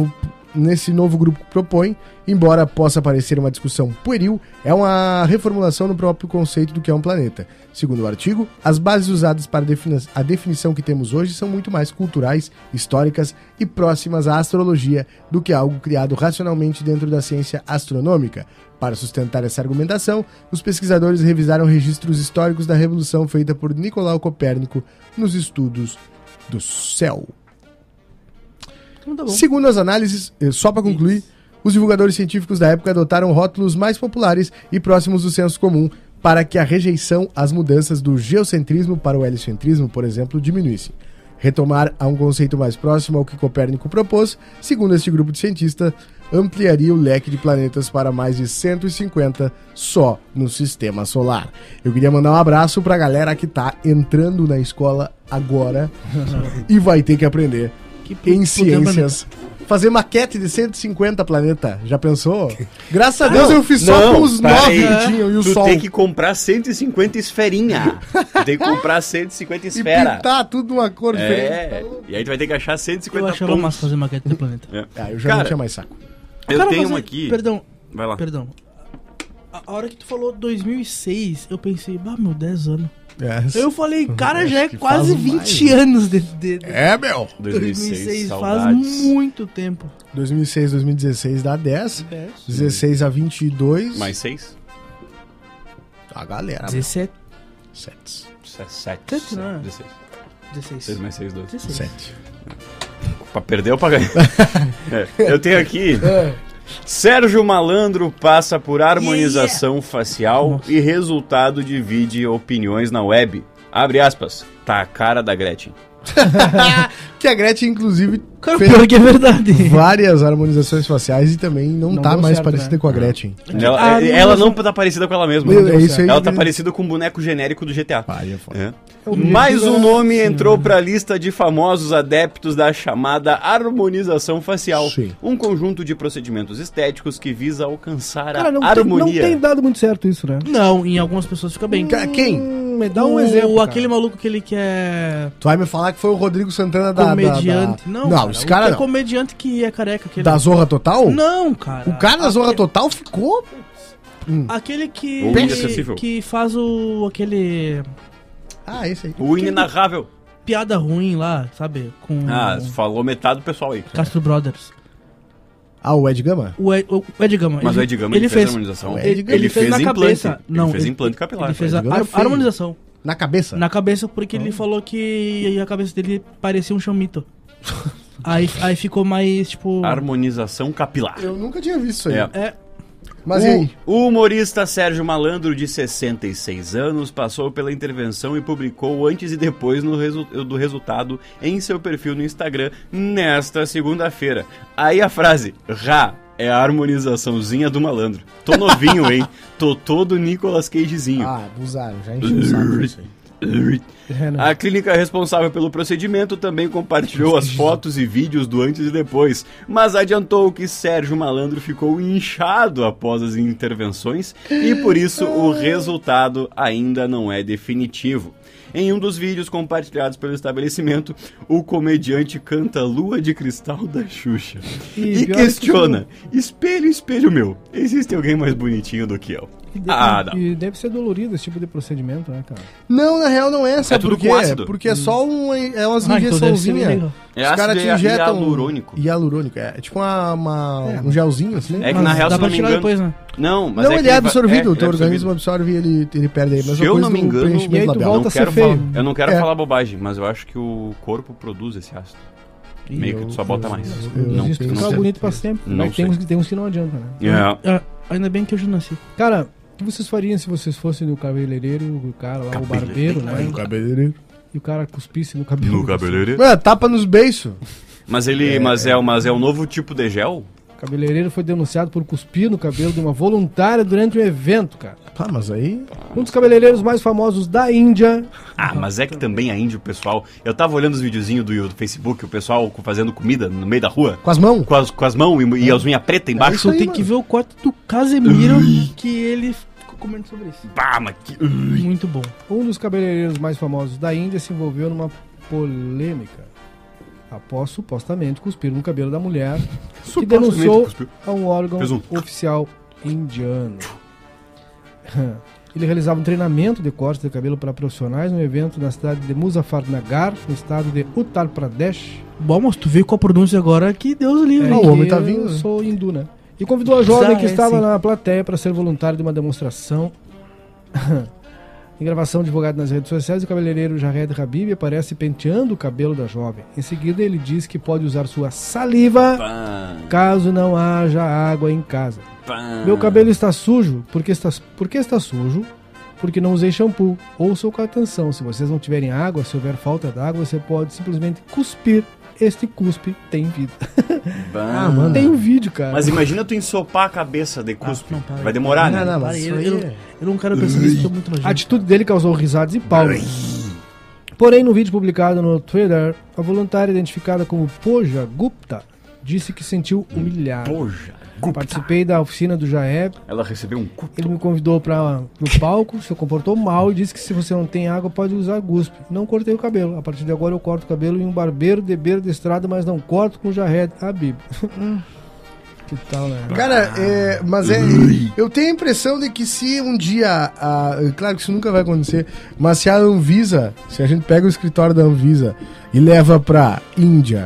nesse novo grupo propõe, embora possa parecer uma discussão pueril, é uma reformulação no próprio conceito do que é um planeta. Segundo o artigo, as bases usadas para a definição que temos hoje são muito mais culturais, históricas e próximas à astrologia do que algo criado racionalmente dentro da ciência astronômica. Para sustentar essa argumentação, os pesquisadores revisaram registros históricos da revolução feita por Nicolau Copérnico nos estudos do céu. Então tá bom. Segundo as análises, só para concluir, os divulgadores científicos da época adotaram rótulos mais populares e próximos do senso comum para que a rejeição às mudanças do geocentrismo para o heliocentrismo, por exemplo, diminuísse. Retomar a um conceito mais próximo ao que Copérnico propôs, segundo este grupo de cientistas, ampliaria o leque de planetas para mais de 150 só no sistema solar. Eu queria mandar um abraço pra galera que tá entrando na escola agora e vai ter que aprender em ciências. Fazer maquete de 150 planetas. Já pensou? Graças a Deus eu fiz só com os 9 que tinham e o Tu Sol. tem que comprar 150 esferinha. Tu tem que comprar 150 E esfera. pintar tudo uma cor diferente. É, e aí tu vai ter que achar 150 Eu achava pontos. massa fazer maquete do planeta. É. Ah, eu já não Cara, tinha mais saco. eu Cara, tenho mas uma é- aqui. Perdão, Vai lá. perdão. A hora que tu falou 2006, eu pensei, 10 anos. Eu falei, cara, já é que quase faz 20 mais, anos de É, meu. 2006. Faz saudades. muito tempo. 2006, 2016 dá 10. 16 a 22. Mais 6? A galera. 17. 7. 7. Sete, não é? 16. 16. 6 mais 6, 12. 16. 7. Pra perder ou pra ganhar? Eu tenho aqui. Sérgio Malandro passa por harmonização facial e resultado divide opiniões na web. Abre aspas. Tá a cara da Gretchen. Que a Gretchen, inclusive, Cara, fez pior que é verdade. várias harmonizações faciais e também não tá deu mais certo, parecida né? com a Gretchen. Ela não tá parecida com ela mesma. Meu, é isso aí. Ela tá parecida com um boneco genérico do GTA. Pai, é foda. É. O Mais objetivo um é- nome entrou pra lista de famosos adeptos da chamada harmonização facial. Sim. Um conjunto de procedimentos estéticos que visa alcançar Cara, a não harmonia. tem dado muito certo isso, né? Não, em algumas pessoas fica bem. Quem? Me dá um exemplo. cara. Aquele maluco que ele quer Tu vai me falar que foi o Rodrigo Santana da... comediante. Não, Não, cara, esse cara o não. comediante que é careca. Aquele... Da Zorra Total? Não, cara. O cara da Zorra Total ficou... Aquele que... O inacessível. que faz aquele... Ah, esse aí. O inenarrável. Piada ruim lá, sabe? Com Ah, falou metade do pessoal aí. Castro Brothers. Ah, o Ed Gama? O Ed Gama. Mas o Ed Gama ele fez a harmonização. Ele fez na implante. cabeça. Não, ele fez implante capilar. Ele fez a Ed Gama é feio. harmonização. Na cabeça? Na cabeça, porque ele falou que a cabeça dele parecia um chamito. aí ficou mais, tipo... Harmonização capilar. Eu nunca tinha visto isso aí. É. Mas e aí? O humorista Sérgio Malandro, de 66 anos, passou pela intervenção e publicou antes e depois do resultado em seu perfil no Instagram nesta segunda-feira. Aí a frase, é a harmonizaçãozinha do malandro. Tô novinho, hein? Tô todo Nicolas Cagezinho. Ah, abusaram, já encheu o saco isso aí. A clínica responsável pelo procedimento também compartilhou as fotos e vídeos do antes e depois, mas adiantou que Sérgio Malandro ficou inchado após as intervenções e por isso o resultado ainda não é definitivo. Em um dos vídeos compartilhados pelo estabelecimento, o comediante canta Lua de Cristal da Xuxa e questiona: espelho, espelho meu, existe alguém mais bonitinho do que eu? Não. E deve ser dolorido esse tipo de procedimento, né, cara? Não, na real não é, sabe tudo por quê? com ácido. Porque é só umas Então injeçãozinhas. É Os caras te ácido injetam... hialurônico. Hialurônico, é tipo um gelzinho, assim. É que na real, dá se pra não me tirar engano... depois, né? Não, mas Não, é ele que é absorvido, o teu ele é organismo absorve e ele perde aí. Mesma Se eu coisa não me do engano, preenchimento e aí tu labial. volta a ser feio. Eu não quero É. falar bobagem, mas eu acho que o corpo produz esse ácido. Meio que tu só bota mais. Não, Isso tu não fica sei. bonito pra sempre. Não Mas sei. tem uns que não adianta, né? É. Ainda bem que eu já nasci. Cara, o que vocês fariam se vocês fossem no cabeleireiro, o cara lá, o barbeiro, né? No cabeleireiro. E o cara cuspisse no cabelo. No cabeleireiro. Ué, tapa nos beiços. Mas é um novo tipo de gel? O cabeleireiro foi denunciado por cuspir no cabelo de uma voluntária durante um evento, cara. Ah, mas aí... Um dos cabeleireiros mais famosos da Índia. Ah, mas é que também a Índia, o pessoal... Eu tava olhando os videozinhos do Facebook, o pessoal fazendo comida no meio da rua. Com as mãos? Com as mãos e as unhas pretas embaixo. isso aí, Tem mano. que ver o corte do Casemiro que ele ficou comendo sobre isso. Pá, mas que... Muito bom. Um dos cabeleireiros mais famosos da Índia se envolveu numa polêmica após supostamente cuspir no cabelo da mulher que denunciou a um órgão Fez um. oficial indiano. Ele realizava um treinamento de corte de cabelo para profissionais no evento na cidade de Muzaffarnagar, no estado de Uttar Pradesh. Bom, mas tu veio com a pronúncia agora que Deus livre. o que homem tá eu vindo, né? sou hindu, né? E convidou a jovem que É, estava sim. na plateia para ser voluntário de uma demonstração. Em gravação divulgada nas redes sociais, o cabeleireiro Jared Habib aparece penteando o cabelo da jovem. Em seguida, ele diz que pode usar sua saliva caso não haja água em casa. Meu cabelo está sujo. Por que está sujo? Porque não usei shampoo. Ouçam com atenção. Se vocês não tiverem água, se houver falta d'água, você pode simplesmente cuspir. Este cuspe tem vida. mano. Tem um vídeo, cara. Mas imagina tu ensopar a cabeça de cuspe. não, para aí. Vai demorar, né? Não, mas Para, isso aí eu não quero pensar nisso, tô muito A nojento. atitude dele causou risadas e palmas. Porém, no vídeo publicado no Twitter, a voluntária identificada como Pooja Gupta disse que sentiu humilhada. Poxa, Participei da oficina do Jaeb. ela recebeu um cu. Ele me convidou para o palco, se comportou mal e disse que se você não tem água pode usar guspe. Não cortei o cabelo. A partir de agora eu corto o cabelo em um barbeiro de beira de estrada, mas não corto com o Jared Habib. Que tal, né? Cara, eu tenho a impressão de que se um dia, claro que isso nunca vai acontecer, mas se a Anvisa, se a gente pega o escritório da Anvisa e leva pra Índia,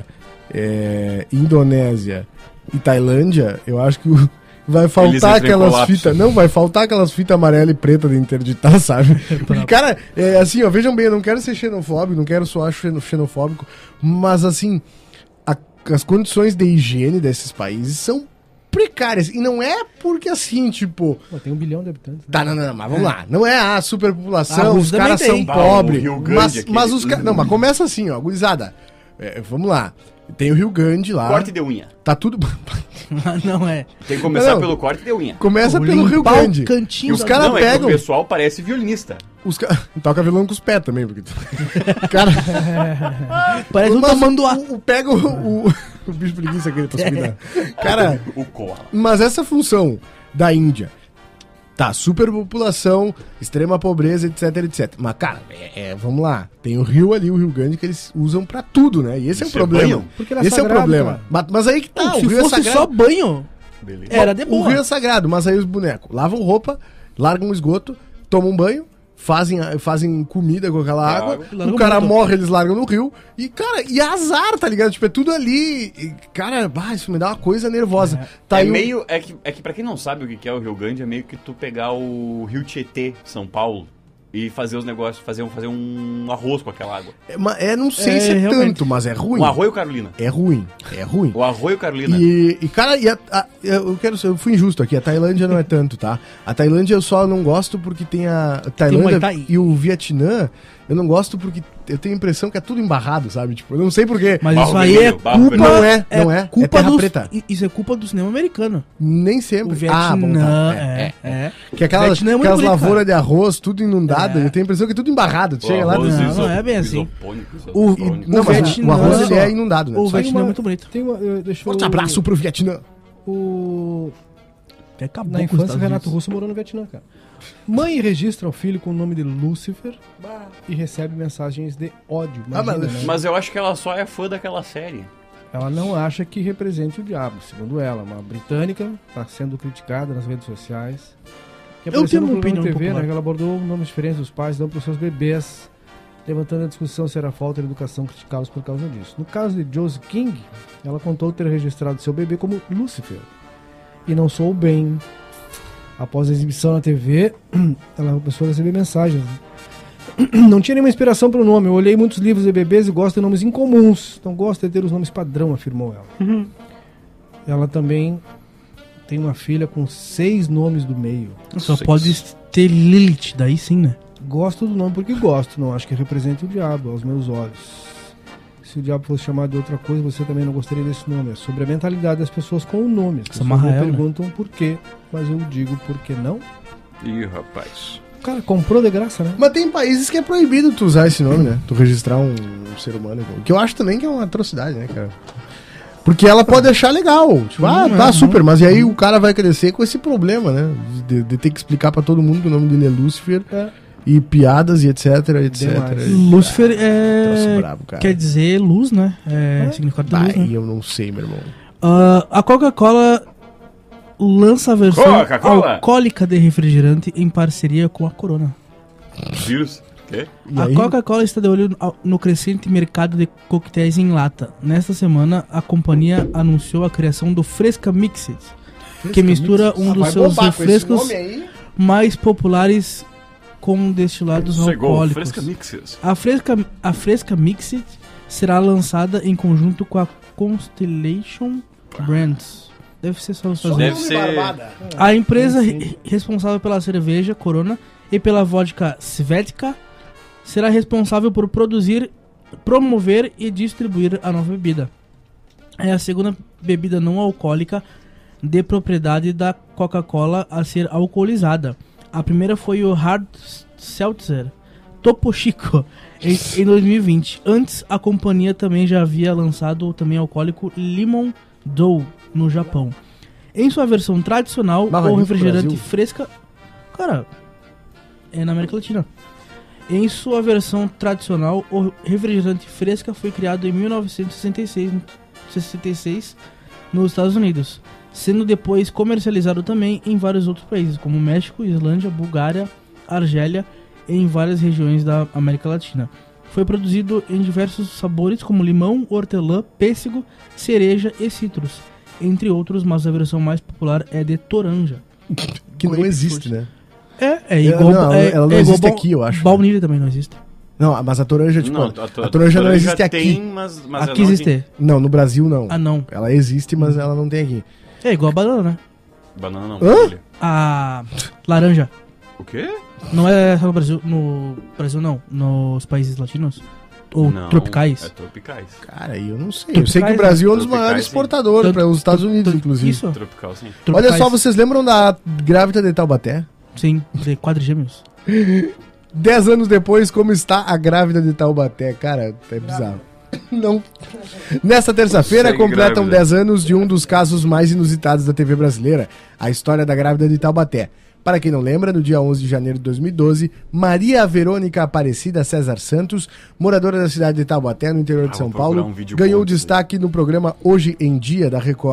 Indonésia e Tailândia, eu acho que vai faltar entram em aquelas colapso. fitas, não, vai faltar aquelas fitas amarela e preta de interditar, sabe? Porque, cara, assim, ó, vejam bem, eu não quero ser xenofóbico, não quero soar xenofóbico, mas assim, as condições de higiene desses países são precárias. E não é porque assim, tipo... Pô, tem 1 bilhão de habitantes. Né? Tá, não, mas vamos lá. Não é a superpopulação, Ah, os caras também são tem. pobres. o Rio Grande aqui. Mas os caras... Não, mas começa assim, ó, gurizada. Vamos lá. Tem o Rio Grande lá. Corte de unha. Tá tudo... Não é. Tem que começar Não. pelo corte de unha. Começa Vou pelo Rio limpar o Grande. cantinho E os da- caras Não, é que pegam... o pessoal parece violinista. Toca violão com os pés também, porque... Cara... Parece um mas tamanduá. pega o bicho preguiça aquele pra subir na... Cara... O koala. Mas essa função da Índia, tá, superpopulação, extrema pobreza, etc, etc. Mas, cara, vamos lá, tem o rio ali, o Rio Grande, que eles usam pra tudo, né? E esse é o Isso é problema. banho? Porque ele é Esse é o sagrado, problema. cara. Mas aí que tá, Se o rio é fosse sagrado. só banho, Beleza. era de O boa. rio é sagrado, mas aí os bonecos lavam roupa, largam o esgoto, tomam banho, fazem comida com aquela água, água. o cara morre, eles largam no rio, e, cara, e azar, tá ligado? Tipo, é tudo ali, e, cara, isso me dá uma coisa nervosa. Tá aí meio, é que pra quem não sabe o que é o Rio Grande, é meio que tu pegar o Rio Tietê, São Paulo, e fazer os negócios, fazer um arroz com aquela água. Não sei se é realmente tanto, mas é ruim. Um Arroio Carolina. É ruim. O Arroio Carolina. E cara, eu fui injusto aqui, a Tailândia não é tanto, tá? A Tailândia eu só não gosto porque tem a Tailândia e o Vietnã, eu não gosto porque eu tenho a impressão que é tudo embarrado, sabe? Tipo, eu não sei porquê. Mas Barro isso aí vermelho, é barro culpa... vermelho. Não é culpa terra dos, preta. Isso é culpa do cinema americano. Nem sempre. O Vietnã, bom, tá. Que aquelas Vietnã é muito bonito, lavouras cara. de arroz, tudo inundado, eu tenho a impressão que é tudo embarrado. Tu chega lá... Não é bem assim. Não, mas Vietnã, o arroz ele só- é inundado, né? O Só Vietnã é muito bonito. Tem uma, deixa eu- Forte abraço pro Vietnã. Acabou Na com os infância, Estados Renato Unidos. Russo morou no Vietnã, cara. Mãe registra o filho com o nome de Lúcifer e recebe mensagens de ódio. Imagina, né? Mas eu acho que ela só é fã daquela série. Ela não acha que represente o diabo, segundo ela. Uma britânica está sendo criticada nas redes sociais. Que Eu apareceu tenho no uma programa opinião de um TV, pouco né, que ela abordou nomes diferentes dos pais dão para os seus bebês, levantando a discussão se era falta de educação criticá-los por causa disso. No caso de Josie King, ela contou ter registrado seu bebê como Lúcifer e não soou bem. Após a exibição na TV, ela começou a receber mensagens. Não tinha nenhuma inspiração para o nome. Eu olhei muitos livros de bebês e gosto de nomes incomuns. Então gosto de ter os nomes padrão, afirmou ela. Ela também tem uma filha com 6 nomes do meio. Só pode ter Lilith, daí sim, né? Gosto do nome porque gosto. Não acho que represente o diabo aos meus olhos. Se o diabo fosse chamado de outra coisa, você também não gostaria desse nome. É sobre a mentalidade das pessoas com o nome. As pessoas me Samael, né? perguntam por quê, mas eu digo por que não. Ih, rapaz. O cara comprou de graça, né? Mas tem países que é proibido tu usar esse nome, né? Tu registrar um ser humano. Que eu acho também que é uma atrocidade, né, cara? Porque ela pode achar legal. Tipo, tá super, mas e aí o cara vai crescer com esse problema, né? De ter que explicar pra todo mundo que o nome dele é Lúcifer. E piadas e etc, etc. Demais. Lúcifer Troço brabo, cara. quer dizer luz, né? É significado de luz, né? Aí eu não sei, meu irmão. A Coca-Cola lança a versão Coca-Cola? alcoólica de refrigerante em parceria com a Corona. Vírus? Quê? E A aí? Coca-Cola está de olho no crescente mercado de coquetéis em lata. Nesta semana, a companhia anunciou a criação do Fresca Mixed, que mistura um dos seus refrescos mais populares com destilados Chegou, alcoólicos. Fresca Mixes. A Fresca Mixed será lançada em conjunto com a Constellation Brands. Deve ser só os Estados Deve Unidos. ser... A empresa responsável pela cerveja Corona e pela vodka Svedka será responsável por produzir, promover e distribuir a nova bebida. É a segunda bebida não alcoólica de propriedade da Coca-Cola a ser alcoolizada. A primeira foi o Hard Seltzer Topo Chico em 2020. Antes, a companhia também já havia lançado o também alcoólico Lemon Dough no Japão. Em sua versão tradicional, o refrigerante Fresca... Cara, é na América Latina. Em sua versão tradicional, o refrigerante Fresca foi criado em 1966 nos Estados Unidos, sendo depois comercializado também em vários outros países, como México, Islândia, Bulgária, Argélia e em várias regiões da América Latina. Foi produzido em diversos sabores como limão, hortelã, pêssego, cereja e citros, entre outros, mas a versão mais popular é de toranja. Que não existe, né? É igual... Não, ela não existe aqui, eu acho. Baunilha também não existe. Não, mas a toranja, tipo... Não, a toranja não existe aqui. Tem, mas Aqui existe. Não, no Brasil não. Ah, não. Ela existe, mas ela não tem aqui. É igual a banana, né? Banana não. Hã? Olha. A laranja. O quê? Não é só no Brasil. No Brasil, não. Nos países latinos. Ou Não, tropicais. É tropicais. Cara, eu não sei. Eu sei que o Tropicais, Brasil é um dos tropicais, maiores sim. exportadores para os Estados Unidos, inclusive. Isso. Tropical, sim. Olha Tropicais. só, vocês lembram da grávida de Taubaté? Sim, de quadrigêmeos. 10 anos depois, como está a grávida de Taubaté? Cara, é bizarro. Não. Nesta terça-feira, Segue completam grávida. 10 anos de um dos casos mais inusitados da TV brasileira, a história da grávida de Taubaté. Para quem não lembra, no dia 11 de janeiro de 2012, Maria Verônica Aparecida César Santos, moradora da cidade de Taubaté, no interior de São vou procurar Paulo, um vídeo ganhou bom disso destaque no programa Hoje em Dia, da Record.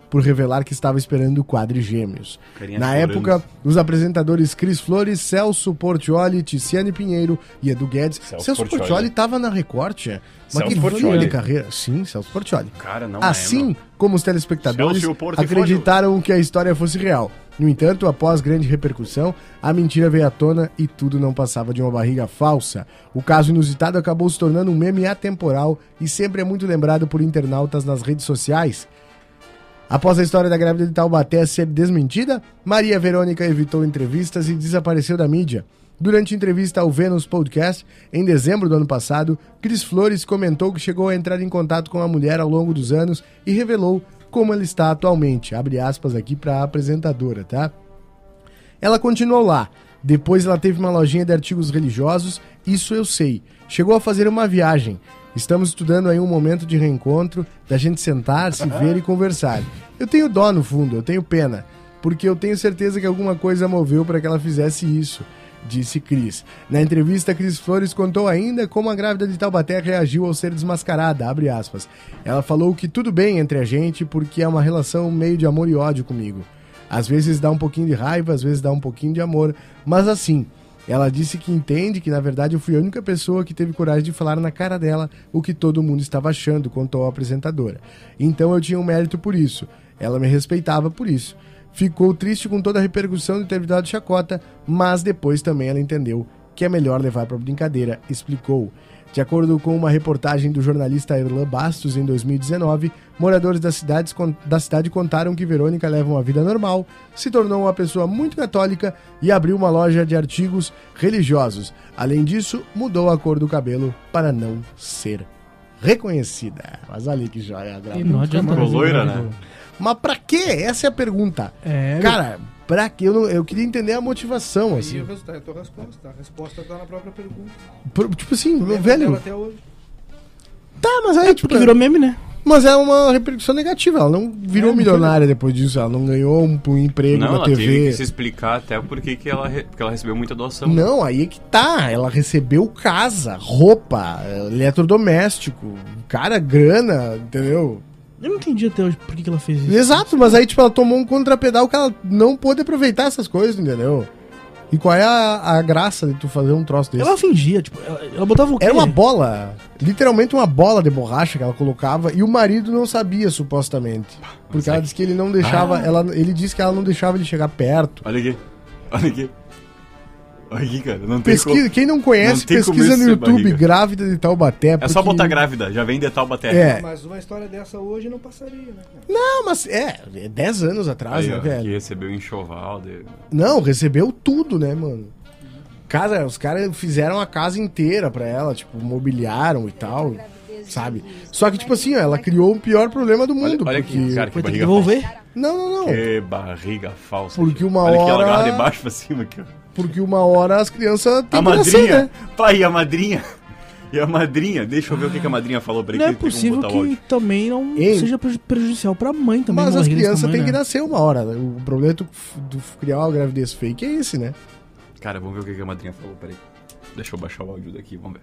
por revelar que estava esperando quadrigêmeos. Carinha Na chorando. época, os apresentadores Cris Flores, Celso Portiolli, Tiziane Pinheiro e Edu Guedes. Celso Portiolli estava na Record, tia. Mas Celso que Portiolli. de carreira. Sim, Celso Portiolli. Cara, não Assim lembro. como os telespectadores Celso Portifolio. acreditaram que a história fosse real. No entanto, após grande repercussão, a mentira veio à tona e tudo não passava de uma barriga falsa. O caso inusitado acabou se tornando um meme atemporal e sempre é muito lembrado por internautas nas redes sociais. Após a história da grávida de Taubaté ser desmentida, Maria Verônica evitou entrevistas e desapareceu da mídia. Durante entrevista ao Vênus Podcast, em dezembro do ano passado, Cris Flores comentou que chegou a entrar em contato com a mulher ao longo dos anos e revelou como ela está atualmente. Abre aspas aqui para a apresentadora, tá? Ela continuou lá. Depois ela teve uma lojinha de artigos religiosos, isso eu sei. Chegou a fazer uma viagem. Estamos estudando aí um momento de reencontro, da gente sentar, se ver e conversar. Eu tenho dó no fundo, eu tenho pena, porque eu tenho certeza que alguma coisa moveu para que ela fizesse isso, disse Cris. Na entrevista, Cris Flores contou ainda como a grávida de Taubaté reagiu ao ser desmascarada, abre aspas. Ela falou que tudo bem entre a gente porque é uma relação meio de amor e ódio comigo. Às vezes dá um pouquinho de raiva, às vezes dá um pouquinho de amor, mas assim... Ela disse que entende que, na verdade, eu fui a única pessoa que teve coragem de falar na cara dela o que todo mundo estava achando, contou a apresentadora. Então eu tinha um mérito por isso. Ela me respeitava por isso. Ficou triste com toda a repercussão de ter dado chacota, mas depois também ela entendeu que é melhor levar para brincadeira, explicou. De acordo com uma reportagem do jornalista Erlan Bastos, em 2019, moradores da cidade contaram que Verônica leva uma vida normal, se tornou uma pessoa muito católica e abriu uma loja de artigos religiosos. Além disso, mudou a cor do cabelo para não ser reconhecida. Mas olha que joia. E não adianta. Ficou loira, né? Mas pra quê? Essa é a pergunta. Cara, pra quê? Eu queria entender a motivação, assim. E o resultado é a tua resposta. A resposta tá na própria pergunta. Tipo assim, velho... Até hoje. Tá, mas aí, tipo... Porque virou meme, né? Mas é uma repercussão negativa. Ela não virou milionária depois disso. Ela não ganhou um emprego Não, na ela TV. teve que se explicar até porque porque ela recebeu muita doação. Não, aí é que tá. Ela recebeu casa, roupa, eletrodoméstico, cara, grana, entendeu? Eu não entendi até hoje por que ela fez isso. Exato, mas aí, tipo, ela tomou um contrapedal que ela não pôde aproveitar essas coisas, entendeu? E qual é a graça de tu fazer um troço desse? Ela fingia, tipo, ela botava o quê? Era uma bola, literalmente uma bola de borracha que ela colocava e o marido não sabia, supostamente. Porque ela disse que ele não deixava, ele disse que ela não deixava ele chegar perto. Olha aqui. Olha aqui. Olha aqui, cara. Não tem como. Quem não conhece, não tem como pesquisa isso no ser YouTube, barriga. grávida de Taubaté. É só botar grávida, já vem de Taubaté. É. Mas uma história dessa hoje não passaria, né, cara? Não, mas é 10 anos atrás, Aí, né, ó, velho? que recebeu enxoval de... Não, recebeu tudo, né, mano? Casa, os caras fizeram a casa inteira pra ela, tipo, mobiliaram e tal, sabe? Só que, tipo assim, ó, ela criou o pior problema do mundo. Olha porque... aqui, cara, que Vai ter que barriga devolver. falsa. Não. Que barriga falsa. Porque tio. uma Olha aqui, ela hora- agarra de baixo pra cima aqui, ó. Porque uma hora as crianças têm A que nascer, madrinha. né? Pai, e a madrinha. E a madrinha. Deixa eu ver o que a madrinha falou pra ele. Não é que tem como possível botar o que áudio. também não Ei. seja prejudicial pra mãe também. Mas uma as barriga desse crianças tamanho, têm que né? nascer uma hora. O problema é tu criar uma gravidez fake, é esse, né? Cara, vamos ver o que a madrinha falou, peraí. Deixa eu baixar o áudio daqui, vamos ver.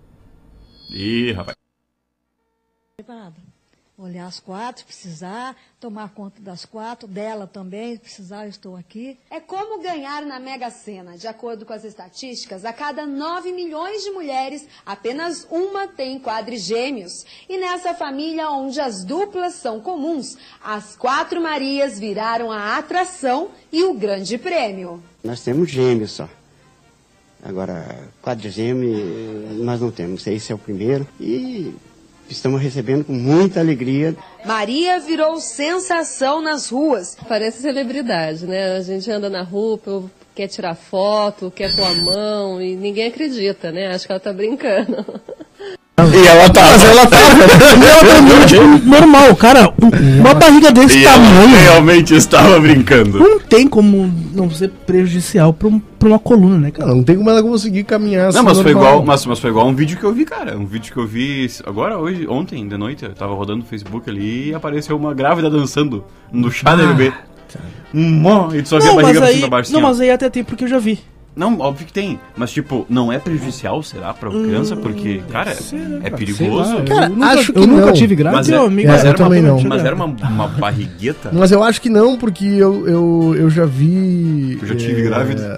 Ih, rapaz. Preparada. Olhar as 4, precisar, tomar conta das 4, dela também, precisar, eu estou aqui. É como ganhar na Mega Sena. De acordo com as estatísticas, a cada 9 milhões de mulheres, apenas uma tem quadrigêmeos. E nessa família, onde as duplas são comuns, as 4 Marias viraram a atração e o grande prêmio. Nós temos gêmeos só. Agora, quadrigêmeo nós não temos. Esse é o primeiro. E estamos recebendo com muita alegria. Maria virou sensação nas ruas. Parece celebridade, né? A gente anda na rua, quer tirar foto, quer pôr a mão e ninguém acredita, né? Acho que ela tá brincando. E ela tá. Mas ela tava tipo, normal, cara. Uma barriga desse E ela tamanho realmente estava brincando. não tem como não ser prejudicial pra uma coluna, né, cara? Não tem como ela conseguir caminhar assim. Não, mas foi normal. igual, mas foi igual um vídeo que eu vi, cara. Um vídeo que eu vi agora, hoje, ontem, de noite. Eu tava rodando no Facebook ali e apareceu uma grávida dançando no chá da bebê. E tu só vê a Não, barriga mas pra aí, cima e pra baixo. não, assim, ó. mas aí até tem porque eu já vi. Não, óbvio que tem. Mas, tipo, não é prejudicial, será, pra criança? Porque, cara, é perigoso. Cara, eu nunca tive grávida. Mas era uma barrigueta? Mas eu acho que não, porque eu já vi... Eu já tive grávida?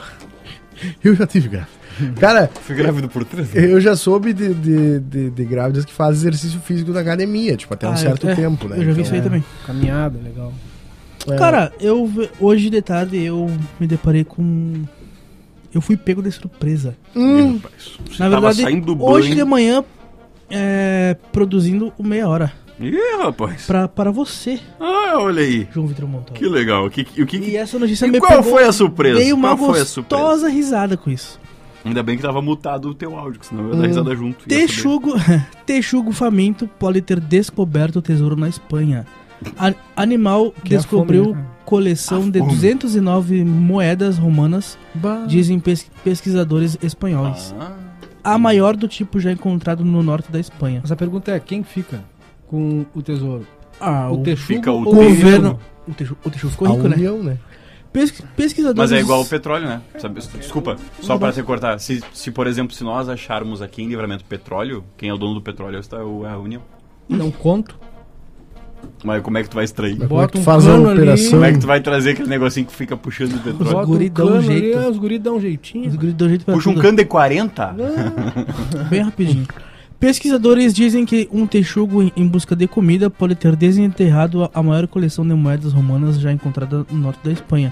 Eu já tive grávida. Cara, fui grávido por 3 vezes. Eu já soube de grávidas que fazem exercício físico na academia, tipo, até um certo tempo, né? Eu já vi isso aí também. Caminhada, legal. Cara, hoje de tarde eu me deparei com... Eu fui pego de surpresa. Na verdade, hoje de manhã, produzindo o Meia Hora. Ih, rapaz. Para você. Ah, olha aí. João Vitor Montoya. Que legal. E essa notícia me qual foi a surpresa? Dei uma gostosa risada com isso. Ainda bem que tava mutado o teu áudio, senão eu ia dar risada junto. Texugo faminto pode ter descoberto o tesouro na Espanha. Animal que descobriu coleção de 209 moedas romanas, dizem pesquisadores espanhóis. A maior do tipo já encontrado no norte da Espanha. Mas a pergunta é, quem fica com o tesouro? O Texugo o governo. O Texugo ficou rico, né? Pesquisadores... Mas é igual o petróleo, né? Desculpa, só para te cortar. Se, por exemplo, se nós acharmos aqui em Livramento petróleo, quem é o dono do petróleo é a União. Não conto. Mas como é que tu vai extrair? Bota faz a operação. Como é que tu vai trazer aquele negocinho que fica puxando o petróleo? Os guris dão um jeito. Os guris dão um jeitinho. Puxa um cano de 40? Bem rapidinho. Pesquisadores dizem que um texugo em busca de comida pode ter desenterrado a maior coleção de moedas romanas já encontrada no norte da Espanha.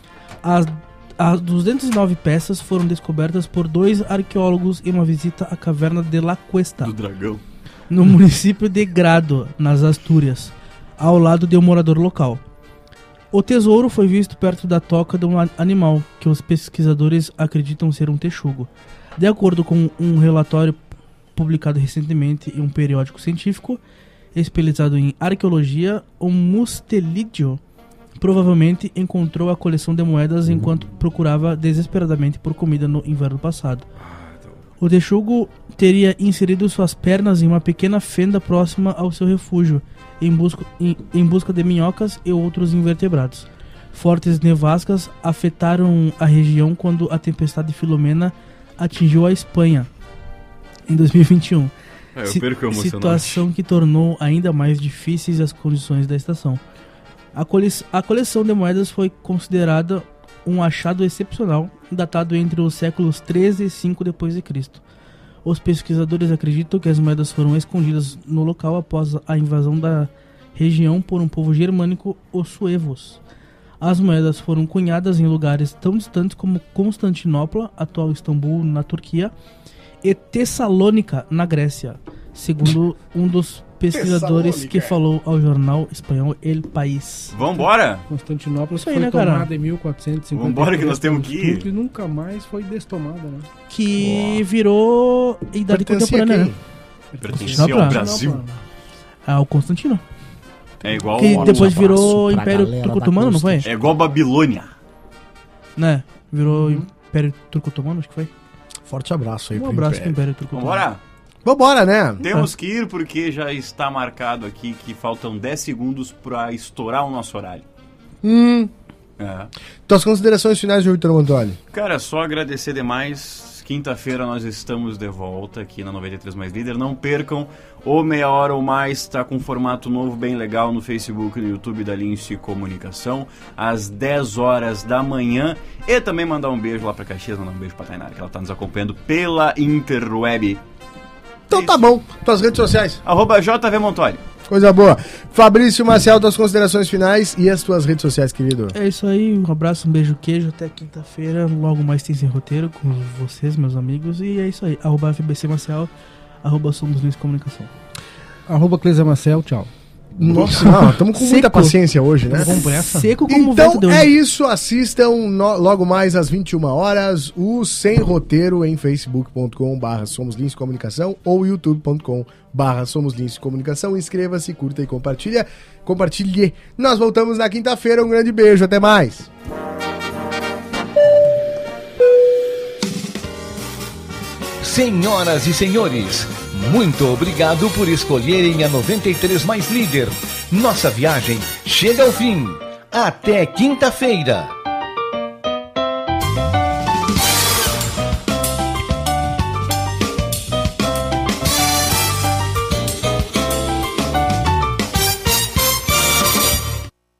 As 209 peças foram descobertas por 2 arqueólogos em uma visita à caverna de La Cuesta, do Dragão, no município de Grado, nas Astúrias, ao lado de um morador local. O tesouro foi visto perto da toca de um animal, que os pesquisadores acreditam ser um texugo. De acordo com um relatório publicado recentemente em um periódico científico especializado em arqueologia, o mustelídeo provavelmente encontrou a coleção de moedas enquanto procurava desesperadamente por comida no inverno passado. O texugo teria inserido suas pernas em uma pequena fenda próxima ao seu refúgio, em busca de minhocas e outros invertebrados. Fortes nevascas afetaram a região quando a tempestade Filomena atingiu a Espanha em 2021. Situação que tornou ainda mais difíceis as condições da estação. A coleção de moedas foi considerada um achado excepcional, datado entre os séculos 13 e 5 d.C. Os pesquisadores acreditam que as moedas foram escondidas no local após a invasão da região por um povo germânico, os suevos. As moedas foram cunhadas em lugares tão distantes como Constantinopla, atual Istambul, na Turquia, e Tessalônica, na Grécia, segundo um dos pesquisadores que falou ao jornal espanhol El País. Vambora! Constantinopla foi tomada em 1450. Vambora que nós temos que ir. E nunca mais foi destomada, né? Que virou Idade Contemporânea, né? Pertencia ao Brasil. Ao Constantino. É igual que depois virou Império Turco-Otomano, não foi? É igual Babilônia. Né? Virou Império Turco-Otomano, acho que foi. Forte abraço aí pro Império Turco-Otomano. Vambora! Vambora, né? Temos que ir porque já está marcado aqui que faltam 10 segundos para estourar o nosso horário. Tuas considerações finais, João Vitor Montoli? Cara, só agradecer demais. Quinta-feira nós estamos de volta aqui na 93 Mais Líder. Não percam, o Meia Hora ou Mais está com um formato novo bem legal no Facebook e no YouTube da Lince Comunicação, às 10 horas da manhã. E também mandar um beijo lá pra Caxias, mandar um beijo pra Tainara, que ela está nos acompanhando pela interweb. Então tá bom, tuas redes sociais. @JV Montoli. Coisa boa. Fabrício Maciel, tuas considerações finais e as tuas redes sociais, querido. É isso aí, um abraço, um beijo, queijo, até quinta-feira. Logo mais tem Sem Roteiro com vocês, meus amigos. E é isso aí, @FBC Maciel, @Somos Lince Comunicação. @Cleza Marcel, tchau. Nossa, estamos com muita paciência hoje, né? Vamos por essa? Seco como então é isso, assistam logo mais às 21 horas o Sem Roteiro em facebook.com/Somos Lince Comunicação ou youtube.com/Somos Lince Comunicação. Inscreva-se, curta e compartilhe. Nós voltamos na quinta-feira, um grande beijo, até mais. Senhoras e senhores, muito obrigado por escolherem a 93 Mais Líder. Nossa viagem chega ao fim. Até quinta-feira.